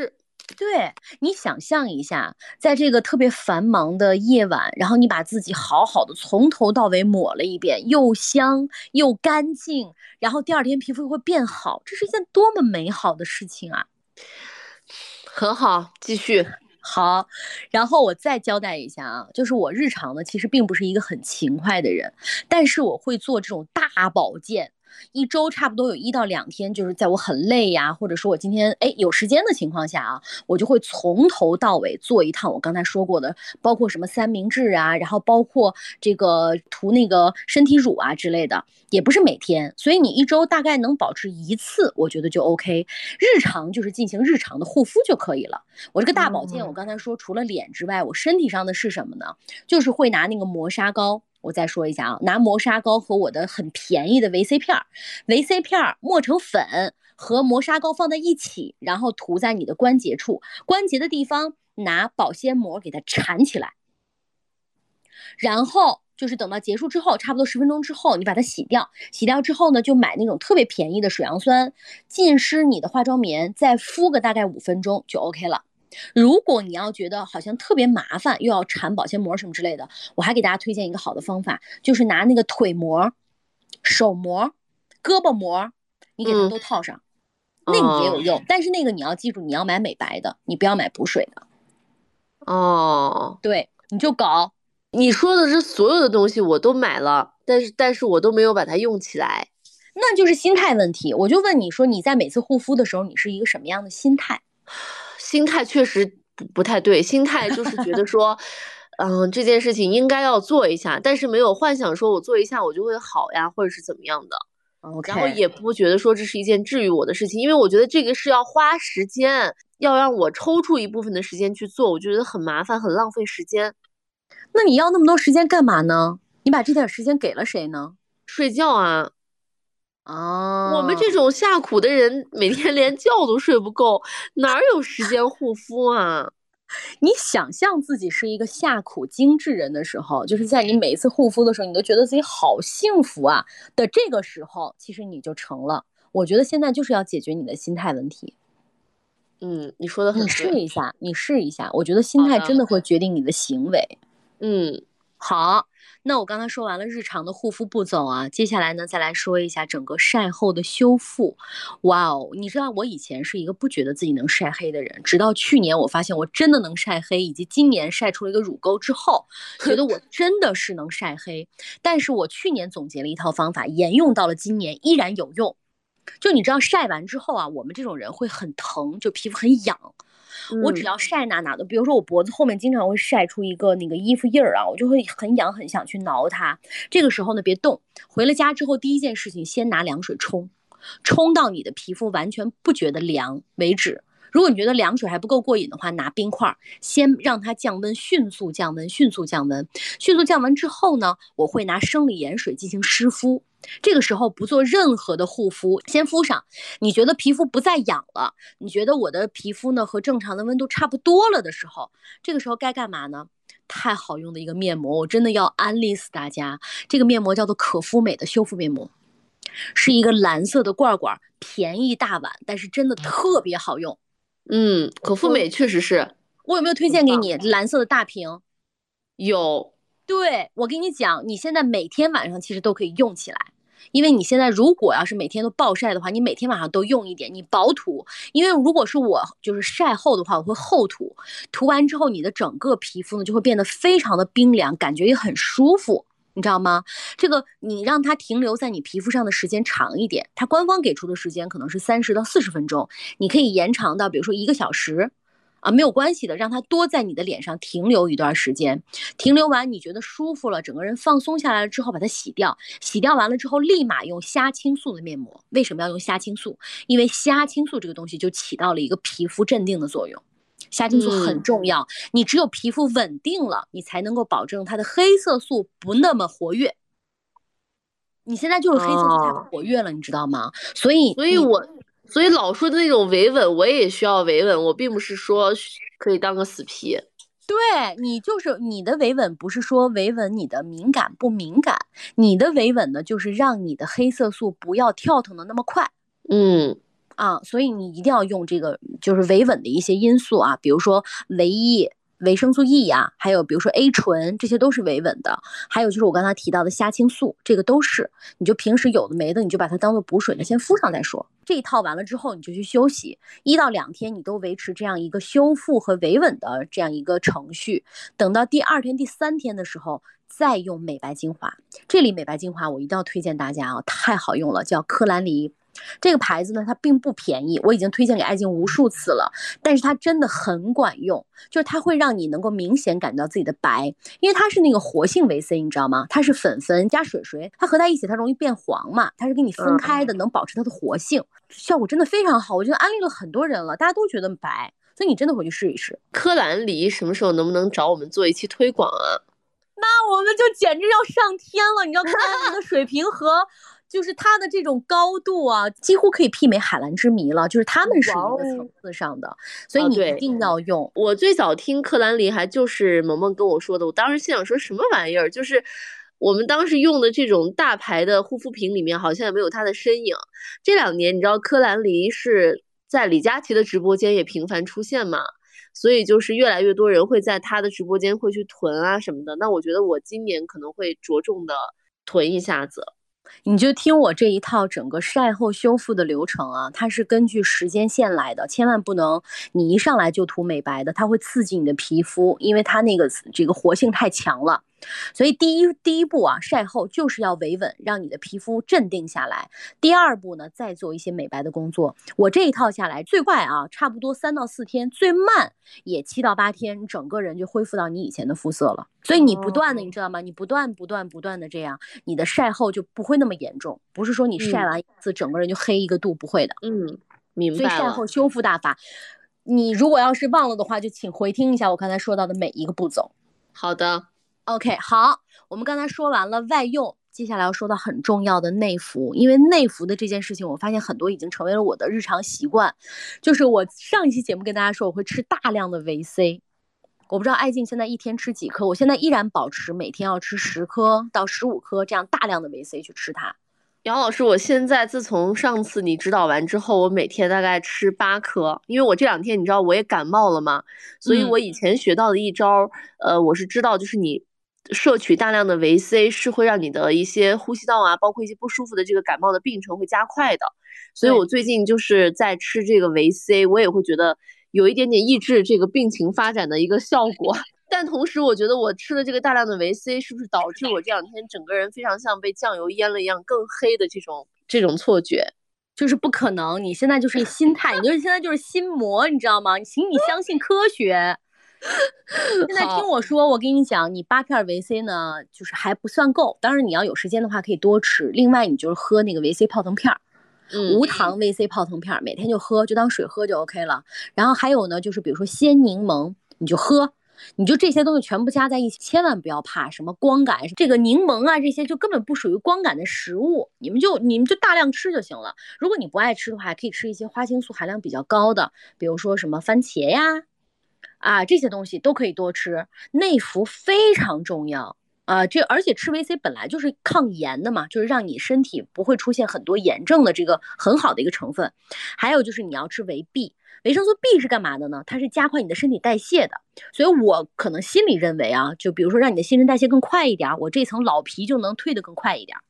Speaker 2: 对，你想象一下，在这个特别繁忙的夜晚，然后你把自己好好的从头到尾抹了一遍，又香又干净，然后第二天皮肤会变好，这是一件多么美好的事情啊！
Speaker 1: 很好，继续。
Speaker 2: 好，然后我再交代一下啊，就是我日常呢，其实并不是一个很勤快的人，但是我会做这种大保健，一周差不多有1到2天，就是在我很累呀，或者说我今天有时间的情况下啊，我就会从头到尾做一趟我刚才说过的，包括什么三明治啊，然后包括这个涂那个身体乳啊之类的，也不是每天，所以你一周大概能保持一次，我觉得就 OK。日常就是进行日常的护肤就可以了。我这个大保健，我刚才说除了脸之外，我身体上的是什么呢？就是会拿那个磨砂膏。我再说一下啊，拿磨砂膏和我的很便宜的维 C 片，维 C 片磨成粉和磨砂膏放在一起，然后涂在你的关节处，关节的地方拿保鲜膜给它缠起来，然后就是等到结束之后，差不多10分钟之后，你把它洗掉。洗掉之后呢，就买那种特别便宜的水杨酸，浸湿你的化妆棉，再敷个大概5分钟就 OK 了。如果你要觉得好像特别麻烦，又要缠保鲜膜什么之类的，我还给大家推荐一个好的方法，就是拿那个腿膜、手膜、胳膊膜，你给它都套上，那个也有用。但是那个你要记住，你要买美白的，你不要买补水的。
Speaker 1: 哦，
Speaker 2: 对，你就搞。
Speaker 1: 你说的这所有的东西我都买了，但是我都没有把它用起来。
Speaker 2: 那就是心态问题。我就问你说，你在每次护肤的时候，你是一个什么样的心态？
Speaker 1: 心态确实不太对，心态就是觉得说，这件事情应该要做一下，但是没有幻想说我做一下我就会好呀，或者是怎么样的。然后
Speaker 2: OK，
Speaker 1: 也不觉得说这是一件治愈我的事情，因为我觉得这个是要花时间，要让我抽出一部分的时间去做，我觉得很麻烦，很浪费时间。
Speaker 2: 那你要那么多时间干嘛呢？你把这点时间给了谁呢？
Speaker 1: 睡觉啊，我们
Speaker 2: 哦，
Speaker 1: 这种下苦的人，每天连觉都睡不够，哪有时间护肤啊？
Speaker 2: 你想象自己是一个下苦精致人的时候，就是在你每一次护肤的时候，你都觉得自己好幸福啊的这个时候，其实你就成了。我觉得现在就是要解决你的心态问题。
Speaker 1: 你说的
Speaker 2: 你
Speaker 1: 很对。
Speaker 2: 试一下，你试一下，我觉得心
Speaker 1: 好的。
Speaker 2: 态真的会决定你的行为。
Speaker 1: 嗯。
Speaker 2: 好，那我刚才说完了日常的护肤步骤啊，接下来呢，再来说一下整个晒后的修复。哇哦，你知道我以前是一个不觉得自己能晒黑的人，直到去年我发现我真的能晒黑，以及今年晒出了一个乳沟之后，觉得我真的是能晒黑。但是我去年总结了一套方法，沿用到了今年依然有用。就你知道晒完之后啊，我们这种人会很疼，就皮肤很痒。我只要晒哪的，比如说我脖子后面经常会晒出一个那个衣服印儿啊，我就会很痒，很想去挠它。这个时候呢，别动，回了家之后第一件事情先拿凉水冲，冲到你的皮肤完全不觉得凉为止。如果你觉得凉水还不够过瘾的话，拿冰块先让它降温，迅速降温，迅速降温，迅速降温之后呢，我会拿生理盐水进行湿敷。这个时候不做任何的护肤，先敷上。你觉得皮肤不再痒了，你觉得我的皮肤呢和正常的温度差不多了的时候，这个时候该干嘛呢？太好用的一个面膜，我真的要安利死大家。这个面膜叫做可肤美的修复面膜，是一个蓝色的罐罐，便宜大碗，但是真的特别好用。
Speaker 1: 可肤美确实是。
Speaker 2: 我有没有推荐给你蓝色的大瓶？
Speaker 1: 有。
Speaker 2: 对，我跟你讲，你现在每天晚上其实都可以用起来，因为你现在如果要是每天都暴晒的话，你每天晚上都用一点，你薄涂。因为如果是我就是晒后的话，我会厚涂，涂完之后你的整个皮肤呢就会变得非常的冰凉，感觉也很舒服。你知道吗？这个你让它停留在你皮肤上的时间长一点，它官方给出的时间可能是30到40分钟，你可以延长到比如说1个小时，没有关系的，让它多在你的脸上停留一段时间，停留完你觉得舒服了，整个人放松下来了之后，把它洗掉，洗掉完了之后，立马用虾青素的面膜。为什么要用虾青素？因为虾青素这个东西就起到了一个皮肤镇定的作用。虾青素很重要，你只有皮肤稳定了，你才能够保证它的黑色素不那么活跃。你现在就是黑色素太活跃了，你知道吗？所以
Speaker 1: 老说的那种维稳，我也需要维稳，我并不是说可以当个死皮。
Speaker 2: 对，你就是你的维稳，不是说维稳你的敏感不敏感，你的维稳呢，就是让你的黑色素不要跳腾的那么快。 啊，所以你一定要用这个就是维稳的一些因素啊，比如说维 E、维生素 E 呀、还有比如说 A 醇，这些都是维稳的。还有就是我刚才提到的虾青素，这个都是。你就平时有的没的，你就把它当做补水的先敷上再说。这一套完了之后，你就去休息1到2天，你都维持这样一个修复和维稳的这样一个程序。等到第2天、第3天的时候，再用美白精华。这里美白精华我一定要推荐大家啊，太好用了，叫科兰黎。这个牌子呢，它并不便宜，我已经推荐给爱静无数次了，但是它真的很管用，就是它会让你能够明显感到自己的白，因为它是那个活性维 C， 你知道吗？它是粉粉加水水，它合在一起它容易变黄嘛，它是给你分开的，能保持它的活性，效果真的非常好，我觉得安利了很多人了，大家都觉得白，所以你真的回去试一试。
Speaker 1: 科兰黎什么时候能不能找我们做一期推广啊？
Speaker 2: 那我们就简直要上天了，你知道科兰黎的水平和就是它的这种高度啊，几乎可以媲美海蓝之谜了，就是他们是一个层次上的，所以你一定要用。
Speaker 1: 我最早听科兰黎还就是萌萌跟我说的，我当时心想说什么玩意儿，就是我们当时用的这种大牌的护肤品里面好像也没有它的身影。这2年你知道科兰黎是在李佳琦的直播间也频繁出现嘛，所以就是越来越多人会在他的直播间会去囤啊什么的。那我觉得我今年可能会着重的囤一下子。
Speaker 2: 你就听我这一套整个晒后修复的流程啊，它是根据时间线来的，千万不能你一上来就涂美白的，它会刺激你的皮肤，因为它这个活性太强了。所以第一步啊，晒后就是要维稳，让你的皮肤镇定下来。第2步呢，再做一些美白的工作。我这一套下来，最快啊，差不多3到4天，最慢也7到8天，你整个人就恢复到你以前的肤色了。所以你不断的，你知道吗？你不断的这样，你的晒后就不会那么严重。不是说你晒完一次，整个人就黑一个度，不会的。
Speaker 1: 明白了。
Speaker 2: 所以晒后修复大法，你如果要是忘了的话，就请回听一下我刚才说到的每一个步骤。
Speaker 1: 好的。
Speaker 2: OK， 好，我们刚才说完了外用，接下来要说到很重要的内服，因为内服的这件事情，我发现很多已经成为了我的日常习惯。就是我上一期节目跟大家说，我会吃大量的维 C， 我不知道爱静现在一天吃几颗，我现在依然保持每天要吃10颗到15颗这样大量的维 C 去吃它。
Speaker 1: 杨老师，我现在自从上次你指导完之后，我每天大概吃8颗，因为我这2天你知道我也感冒了嘛，所以我以前学到的一招，我是知道就是你摄取大量的维 C 是会让你的一些呼吸道啊，包括一些不舒服的这个感冒的病程会加快的，所以我最近就是在吃这个维 C， 我也会觉得有一点点抑制这个病情发展的一个效果。但同时我觉得我吃了这个大量的维 C 是不是导致我这2天整个人非常像被酱油腌了一样更黑的这种错觉？
Speaker 2: 就是不可能，你现在就是心态，你就是现在就是心魔，你知道吗？请你相信科学。现在听我说，我跟你讲，你8片维 C 呢，就是还不算够。当然你要有时间的话可以多吃。另外你就是喝那个维 C 泡腾片，无糖维 C 泡腾片，每天就喝，就当水喝就 OK 了。然后还有呢，就是比如说鲜柠檬，你就喝。你就这些东西全部加在一起，千万不要怕什么光感，这个柠檬啊这些就根本不属于光感的食物，你们就大量吃就行了。如果你不爱吃的话，可以吃一些花青素含量比较高的，比如说什么番茄呀，这些东西都可以多吃。内服非常重要而且吃维 C 本来就是抗炎的嘛，就是让你身体不会出现很多炎症的这个很好的一个成分。还有就是你要吃维 B。维生素 B 是干嘛的呢？它是加快你的身体代谢的，所以我可能心里认为就比如说让你的新陈代谢更快一点，我这层老皮就能退得更快一点。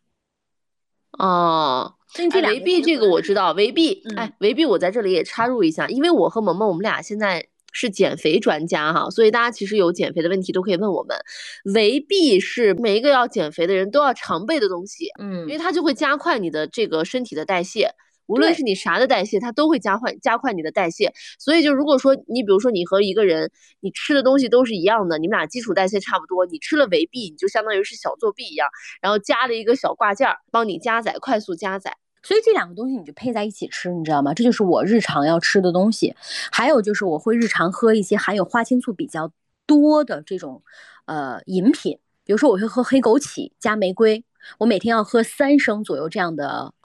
Speaker 1: 维 B 这个我知道，维 B，维 B 我在这里也插入一下，因为我和萌萌我们俩现在是减肥专家哈，所以大家其实有减肥的问题都可以问我们。维 B 是每一个要减肥的人都要常备的东西，因为它就会加快你的这个身体的代谢。无论是你啥的代谢，它都会加快你的代谢。所以就如果说你比如说你和一个人你吃的东西都是一样的，你们俩基础代谢差不多，你吃了维 B 你就相当于是小作弊一样，然后加了一个小挂件帮你加载，快速加载。
Speaker 2: 所以这2个东西你就配在一起吃，你知道吗？这就是我日常要吃的东西。还有就是我会日常喝一些含有花青素比较多的这种饮品，比如说我会喝黑枸杞加玫瑰，我每天要喝3升左右这样的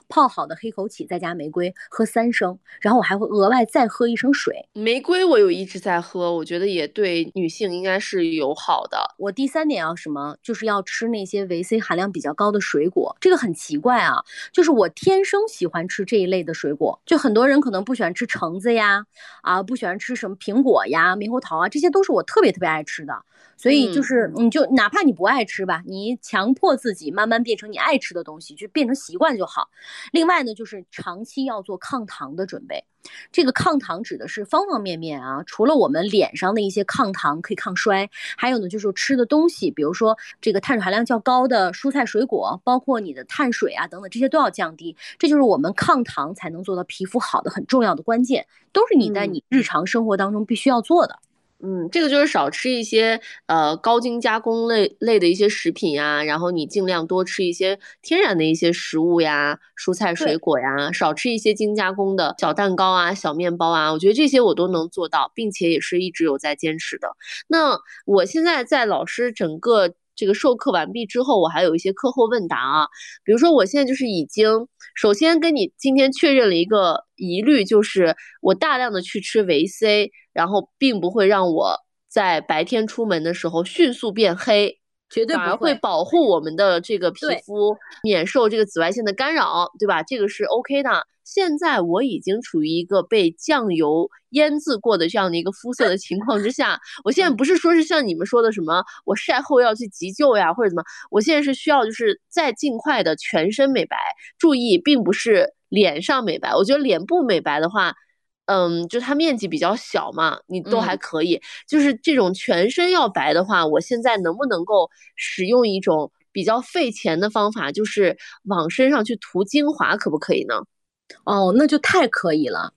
Speaker 2: 泡好的黑枸杞再加玫瑰，喝3升，然后我还会额外再喝1升水。
Speaker 1: 玫瑰我有一直在喝，我觉得也对女性应该是友好的。
Speaker 2: 我第3点要什么？就是要吃那些维 C 含量比较高的水果。这个很奇怪啊，就是我天生喜欢吃这一类的水果。就很多人可能不喜欢吃橙子呀，不喜欢吃什么苹果呀、猕猴桃啊，这些都是我特别特别爱吃的。所以就是你就哪怕你不爱吃吧，你强迫自己慢慢变成你爱吃的东西，就变成习惯就好。另外呢，就是长期要做抗糖的准备。这个抗糖指的是方方面面啊，除了我们脸上的一些抗糖可以抗衰，还有呢就是吃的东西，比如说这个碳水含量较高的蔬菜水果，包括你的碳水啊等等，这些都要降低。这就是我们抗糖才能做到皮肤好的很重要的关键，都是你在你日常生活当中必须要做的。
Speaker 1: 这个就是少吃一些高精加工类的一些食品呀，然后你尽量多吃一些天然的一些食物呀，蔬菜水果呀，少吃一些精加工的小蛋糕啊、小面包啊，我觉得这些我都能做到，并且也是一直有在坚持的。那我现在在老师整个这个授课完毕之后，我还有一些课后问答啊，比如说我现在就是已经首先跟你今天确认了一个疑虑，就是我大量的去吃维 C， 然后并不会让我在白天出门的时候迅速变黑，
Speaker 2: 绝对不
Speaker 1: 反而会保护我们的这个皮肤免受这个紫外线的干扰，对吧？这个是 OK 的。现在我已经处于一个被酱油腌制过的这样的一个肤色的情况之下，我现在不是说是像你们说的什么我晒后要去急救呀或者怎么，我现在是需要就是再尽快的全身美白，注意并不是脸上美白，我觉得脸部美白的话就它面积比较小嘛，你都还可以。就是这种全身要白的话，我现在能不能够使用一种比较费钱的方法，就是往身上去涂精华，可不可以呢？
Speaker 2: 哦，那就太可以了。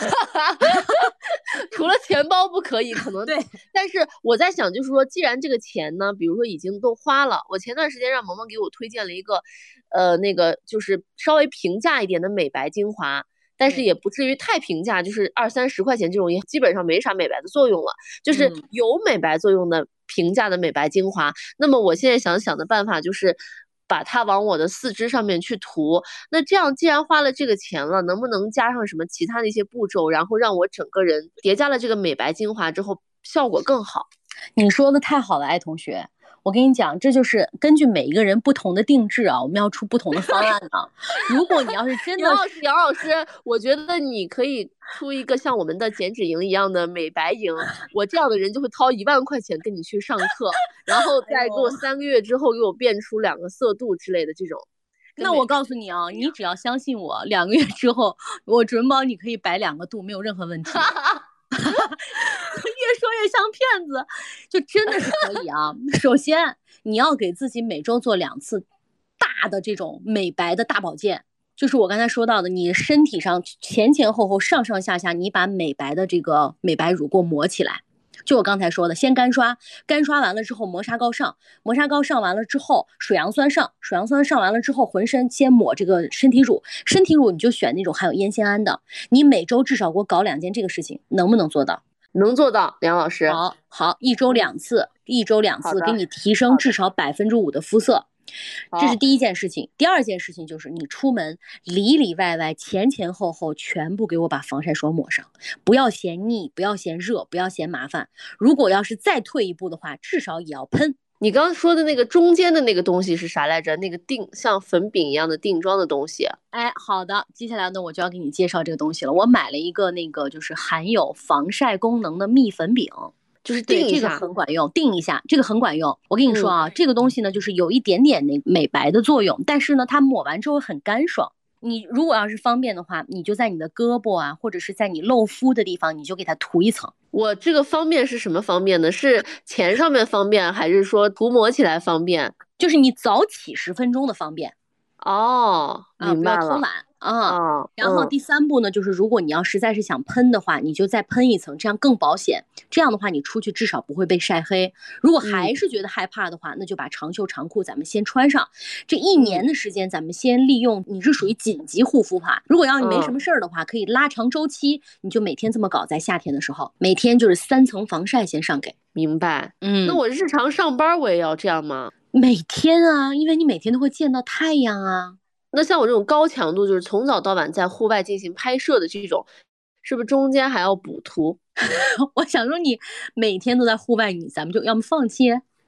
Speaker 1: 除了钱包不可以，可能
Speaker 2: 对。
Speaker 1: 但是我在想，就是说，既然这个钱呢，比如说已经都花了，我前段时间让萌萌给我推荐了一个，那个就是稍微平价一点的美白精华。但是也不至于太平价，就是20-30块钱这种也基本上没啥美白的作用了，就是有美白作用的平价的美白精华。那么我现在想的办法就是把它往我的四肢上面去涂。那这样既然花了这个钱了，能不能加上什么其他的一些步骤，然后让我整个人叠加了这个美白精华之后效果更好？
Speaker 2: 你说的太好了，艾同学。我跟你讲，这就是根据每一个人不同的定制啊，我们要出不同的方案啊。如果你要是真的，
Speaker 1: 杨老师，我觉得你可以出一个像我们的减脂营一样的美白营，我这样的人就会掏1万块钱跟你去上课，然后再给我3个月之后给我变出2个色度之类的这种。
Speaker 2: 那我告诉你啊，你只要相信我，2个月之后，我准保你可以白2个度，没有任何问题。越说越像骗子，就真的是可以啊。首先，你要给自己每周做2次大的这种美白的大保健，就是我刚才说到的，你身体上前前后后上上下下，你把美白的这个美白乳给我抹起来。就我刚才说的，先干刷，干刷完了之后磨砂膏上，磨砂膏上完了之后水杨酸上，水杨酸上完了之后浑身先抹这个身体乳，身体乳你就选那种含有烟酰胺的。你每周至少给我搞2件这个事情，能不能做到？
Speaker 1: 能做到，梁老师。
Speaker 2: 好，1周2次，1周2次，给你提升至少5%的肤色。这是第一件事情。第二件事情就是你出门里里外外前前后后全部给我把防晒霜抹上，不要嫌腻，不要嫌热，不要嫌麻烦。如果要是再退一步的话，至少也要喷。
Speaker 1: 你刚刚说的那个中间的那个东西是啥来着？那个像粉饼一样的定妆的东西。
Speaker 2: 哎，好的，接下来呢，我就要给你介绍这个东西了。我买了一个那个就是含有防晒功能的蜜粉饼。
Speaker 1: 就是定一下，
Speaker 2: 这个很管用，定一下，这个很管用。我跟你说啊，这个东西呢，就是有一点点那美白的作用，但是呢，它抹完之后很干爽。你如果要是方便的话，你就在你的胳膊啊，或者是在你露肤的地方，你就给它涂一层。
Speaker 1: 我这个方便是什么方便呢？是钱上面方便，还是说涂抹起来方便？
Speaker 2: 就是你早起10分钟的方便。
Speaker 1: 哦，明白了。
Speaker 2: 不要偷懒啊。然后第3步呢，就是如果你要实在是想喷的话，你就再喷一层，这样更保险。这样的话，你出去至少不会被晒黑。如果还是觉得害怕的话，那就把长袖长裤咱们先穿上。这1年的时间，咱们先利用，你是属于紧急护肤法。如果要你没什么事儿的话，可以拉长周期，你就每天这么搞，在夏天的时候，每天就是3层防晒先上给。
Speaker 1: 明白。那我日常上班我也要这样吗？
Speaker 2: 每天啊，因为你每天都会见到太阳啊。
Speaker 1: 那像我这种高强度，就是从早到晚在户外进行拍摄的这种，是不是中间还要补图？
Speaker 2: 我想说你每天都在户外，咱们就要么放弃。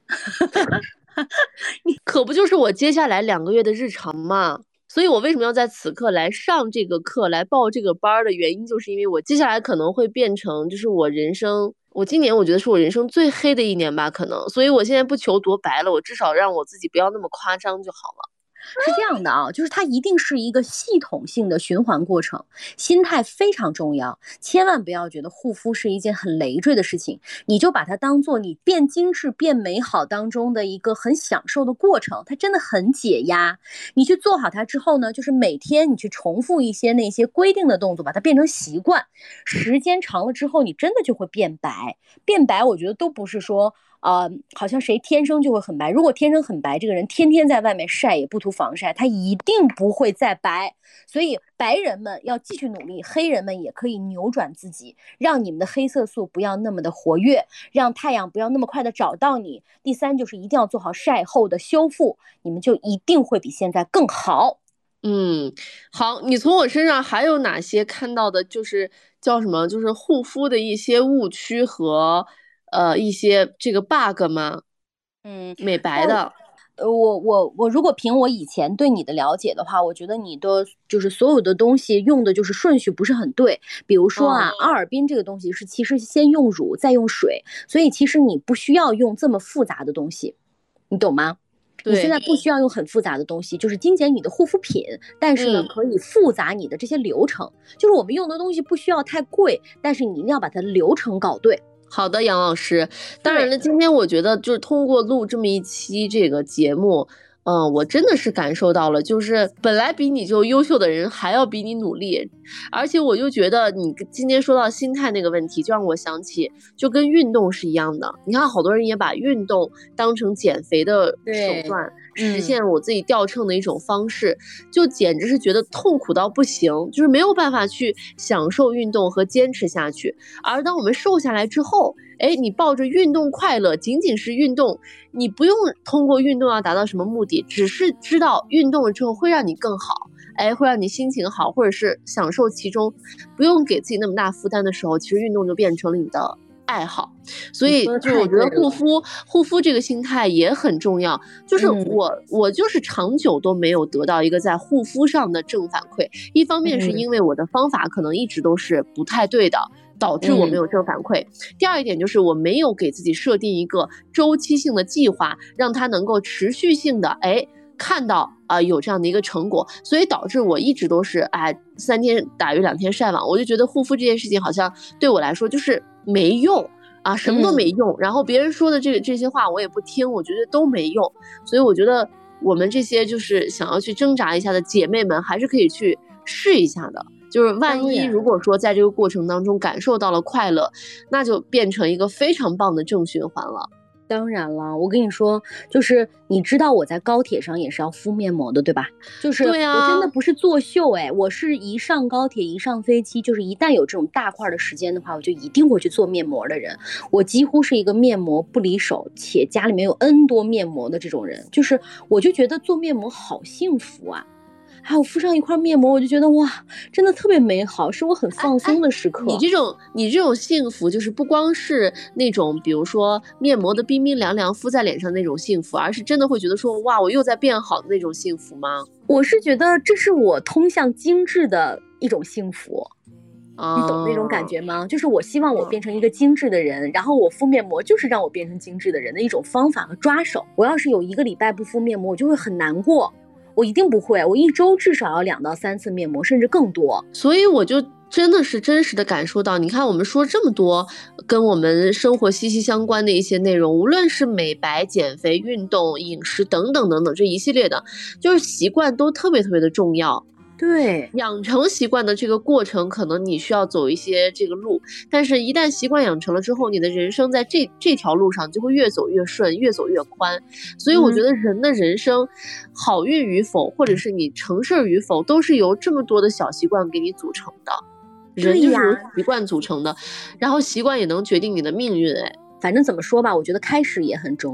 Speaker 1: 可不就是我接下来2个月的日常嘛？所以我为什么要在此刻来上这个课，来报这个班的原因，就是因为我接下来可能会变成，就是我今年我觉得是我人生最黑的一年吧，可能。所以我现在不求多白了，我至少让我自己不要那么夸张就好了。
Speaker 2: 是这样的啊，就是它一定是一个系统性的循环过程，心态非常重要，千万不要觉得护肤是一件很累赘的事情，你就把它当做你变精致、变美好当中的一个很享受的过程，它真的很解压。你去做好它之后呢，就是每天你去重复一些那些规定的动作，把它变成习惯，时间长了之后，你真的就会变白。变白，我觉得都不是说好像谁天生就会很白。如果天生很白，这个人天天在外面晒也不涂防晒，他一定不会再白。所以白人们要继续努力，黑人们也可以扭转自己，让你们的黑色素不要那么的活跃，让太阳不要那么快的找到你。第三就是一定要做好晒后的修复，你们就一定会比现在更好。
Speaker 1: 好，你从我身上还有哪些看到的，就是叫什么，就是护肤的一些误区和一些这个 bug 吗？美白的。
Speaker 2: 我如果凭我以前对你的了解的话，我觉得你的就是所有的东西用的就是顺序不是很对。比如说阿尔滨这个东西是其实先用乳再用水，所以其实你不需要用这么复杂的东西，你懂吗？你现在不需要用很复杂的东西，就是精简你的护肤品，但是呢，可以复杂你的这些流程。就是我们用的东西不需要太贵，但是你一定要把它的流程搞对。
Speaker 1: 好的，杨老师。当然了，今天我觉得就是通过录这么一期这个节目，我真的是感受到了，就是本来比你就优秀的人还要比你努力，而且我就觉得你今天说到心态那个问题，就让我想起，就跟运动是一样的。你看，好多人也把运动当成减肥的手段，实现我自己掉秤的一种方式，就简直是觉得痛苦到不行，就是没有办法去享受运动和坚持下去。而当我们瘦下来之后，你抱着运动快乐，仅仅是运动，你不用通过运动要达到什么目的，只是知道运动了之后会让你更好，会让你心情好，或者是享受其中，不用给自己那么大负担的时候，其实运动就变成了你的爱好。所以就我觉得护肤这个心态也很重要，就是我就是长久都没有得到一个在护肤上的正反馈，一方面是因为我的方法可能一直都是不太对的，导致我没有正反馈。第二一点就是我没有给自己设定一个周期性的计划，让它能够持续性的看到有这样的一个成果，所以导致我一直都是3天打鱼2天晒网。我就觉得护肤这件事情好像对我来说就是没用什么都没用，然后别人说的这些话我也不听，我觉得都没用。所以我觉得我们这些就是想要去挣扎一下的姐妹们，还是可以去试一下的。就是万一如果说在这个过程当中感受到了快乐，那就变成一个非常棒的正循环了。
Speaker 2: 当然了，我跟你说，就是你知道我在高铁上也是要敷面膜的，对吧？就是我真的不是作秀，我是一上高铁一上飞机，就是一旦有这种大块的时间的话，我就一定会去做面膜的人。我几乎是一个面膜不离手，且家里面有 N 多面膜的这种人。就是我就觉得做面膜好幸福啊。还有敷上一块面膜，我就觉得哇，真的特别美好，是我很放松的时刻。
Speaker 1: 你这种幸福，就是不光是那种比如说面膜的冰冰凉凉敷在脸上那种幸福，而是真的会觉得说哇，我又在变好的那种幸福吗？
Speaker 2: 我是觉得这是我通向精致的一种幸福。你懂那种感觉吗？就是我希望我变成一个精致的人，然后我敷面膜就是让我变成精致的人的一种方法和抓手。我要是有1个礼拜不敷面膜，我就会很难过。我一定不会，我1周至少要2到3次面膜，甚至更多。
Speaker 1: 所以我就真的是真实的感受到，你看我们说这么多跟我们生活息息相关的一些内容，无论是美白、减肥、运动、饮食等等等等这一系列的，就是习惯都特别特别的重要。
Speaker 2: 对，
Speaker 1: 养成习惯的这个过程，可能你需要走一些这个路，但是一旦习惯养成了之后，你的人生在这条路上就会越走越顺，越走越宽。所以我觉得人的人生好运与否，或者是你成事与否，都是由这么多的小习惯给你组成的。人就是由习惯组成的，然后习惯也能决定你的命运。
Speaker 2: 反正怎么说吧，我觉得开始也很重要。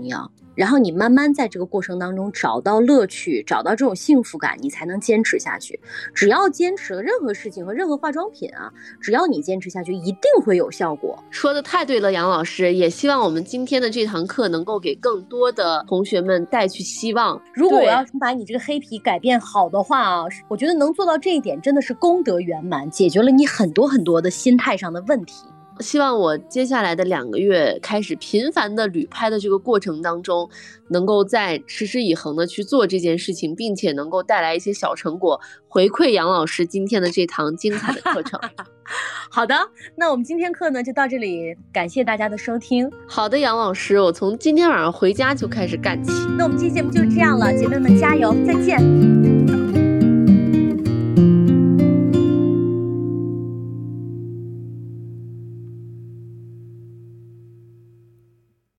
Speaker 2: 然后你慢慢在这个过程当中找到乐趣，找到这种幸福感，你才能坚持下去。只要坚持了任何事情和任何化妆品啊，只要你坚持下去，一定会有效果。
Speaker 1: 说的太对了，杨老师，也希望我们今天的这堂课能够给更多的同学们带去希望。
Speaker 2: 如果我要把你这个黑皮改变好的话啊，我觉得能做到这一点真的是功德圆满，解决了你很多很多的心态上的问题。
Speaker 1: 希望我接下来的2个月开始频繁的旅拍的这个过程当中，能够再持之以恒的去做这件事情，并且能够带来一些小成果，回馈杨老师今天的这堂精彩的课程。
Speaker 2: 好的，那我们今天课呢就到这里，感谢大家的收听。
Speaker 1: 好的，杨老师，我从今天晚上回家就开始干起。
Speaker 2: 那我们这期节目就是这样了，姐妹们加油，再见。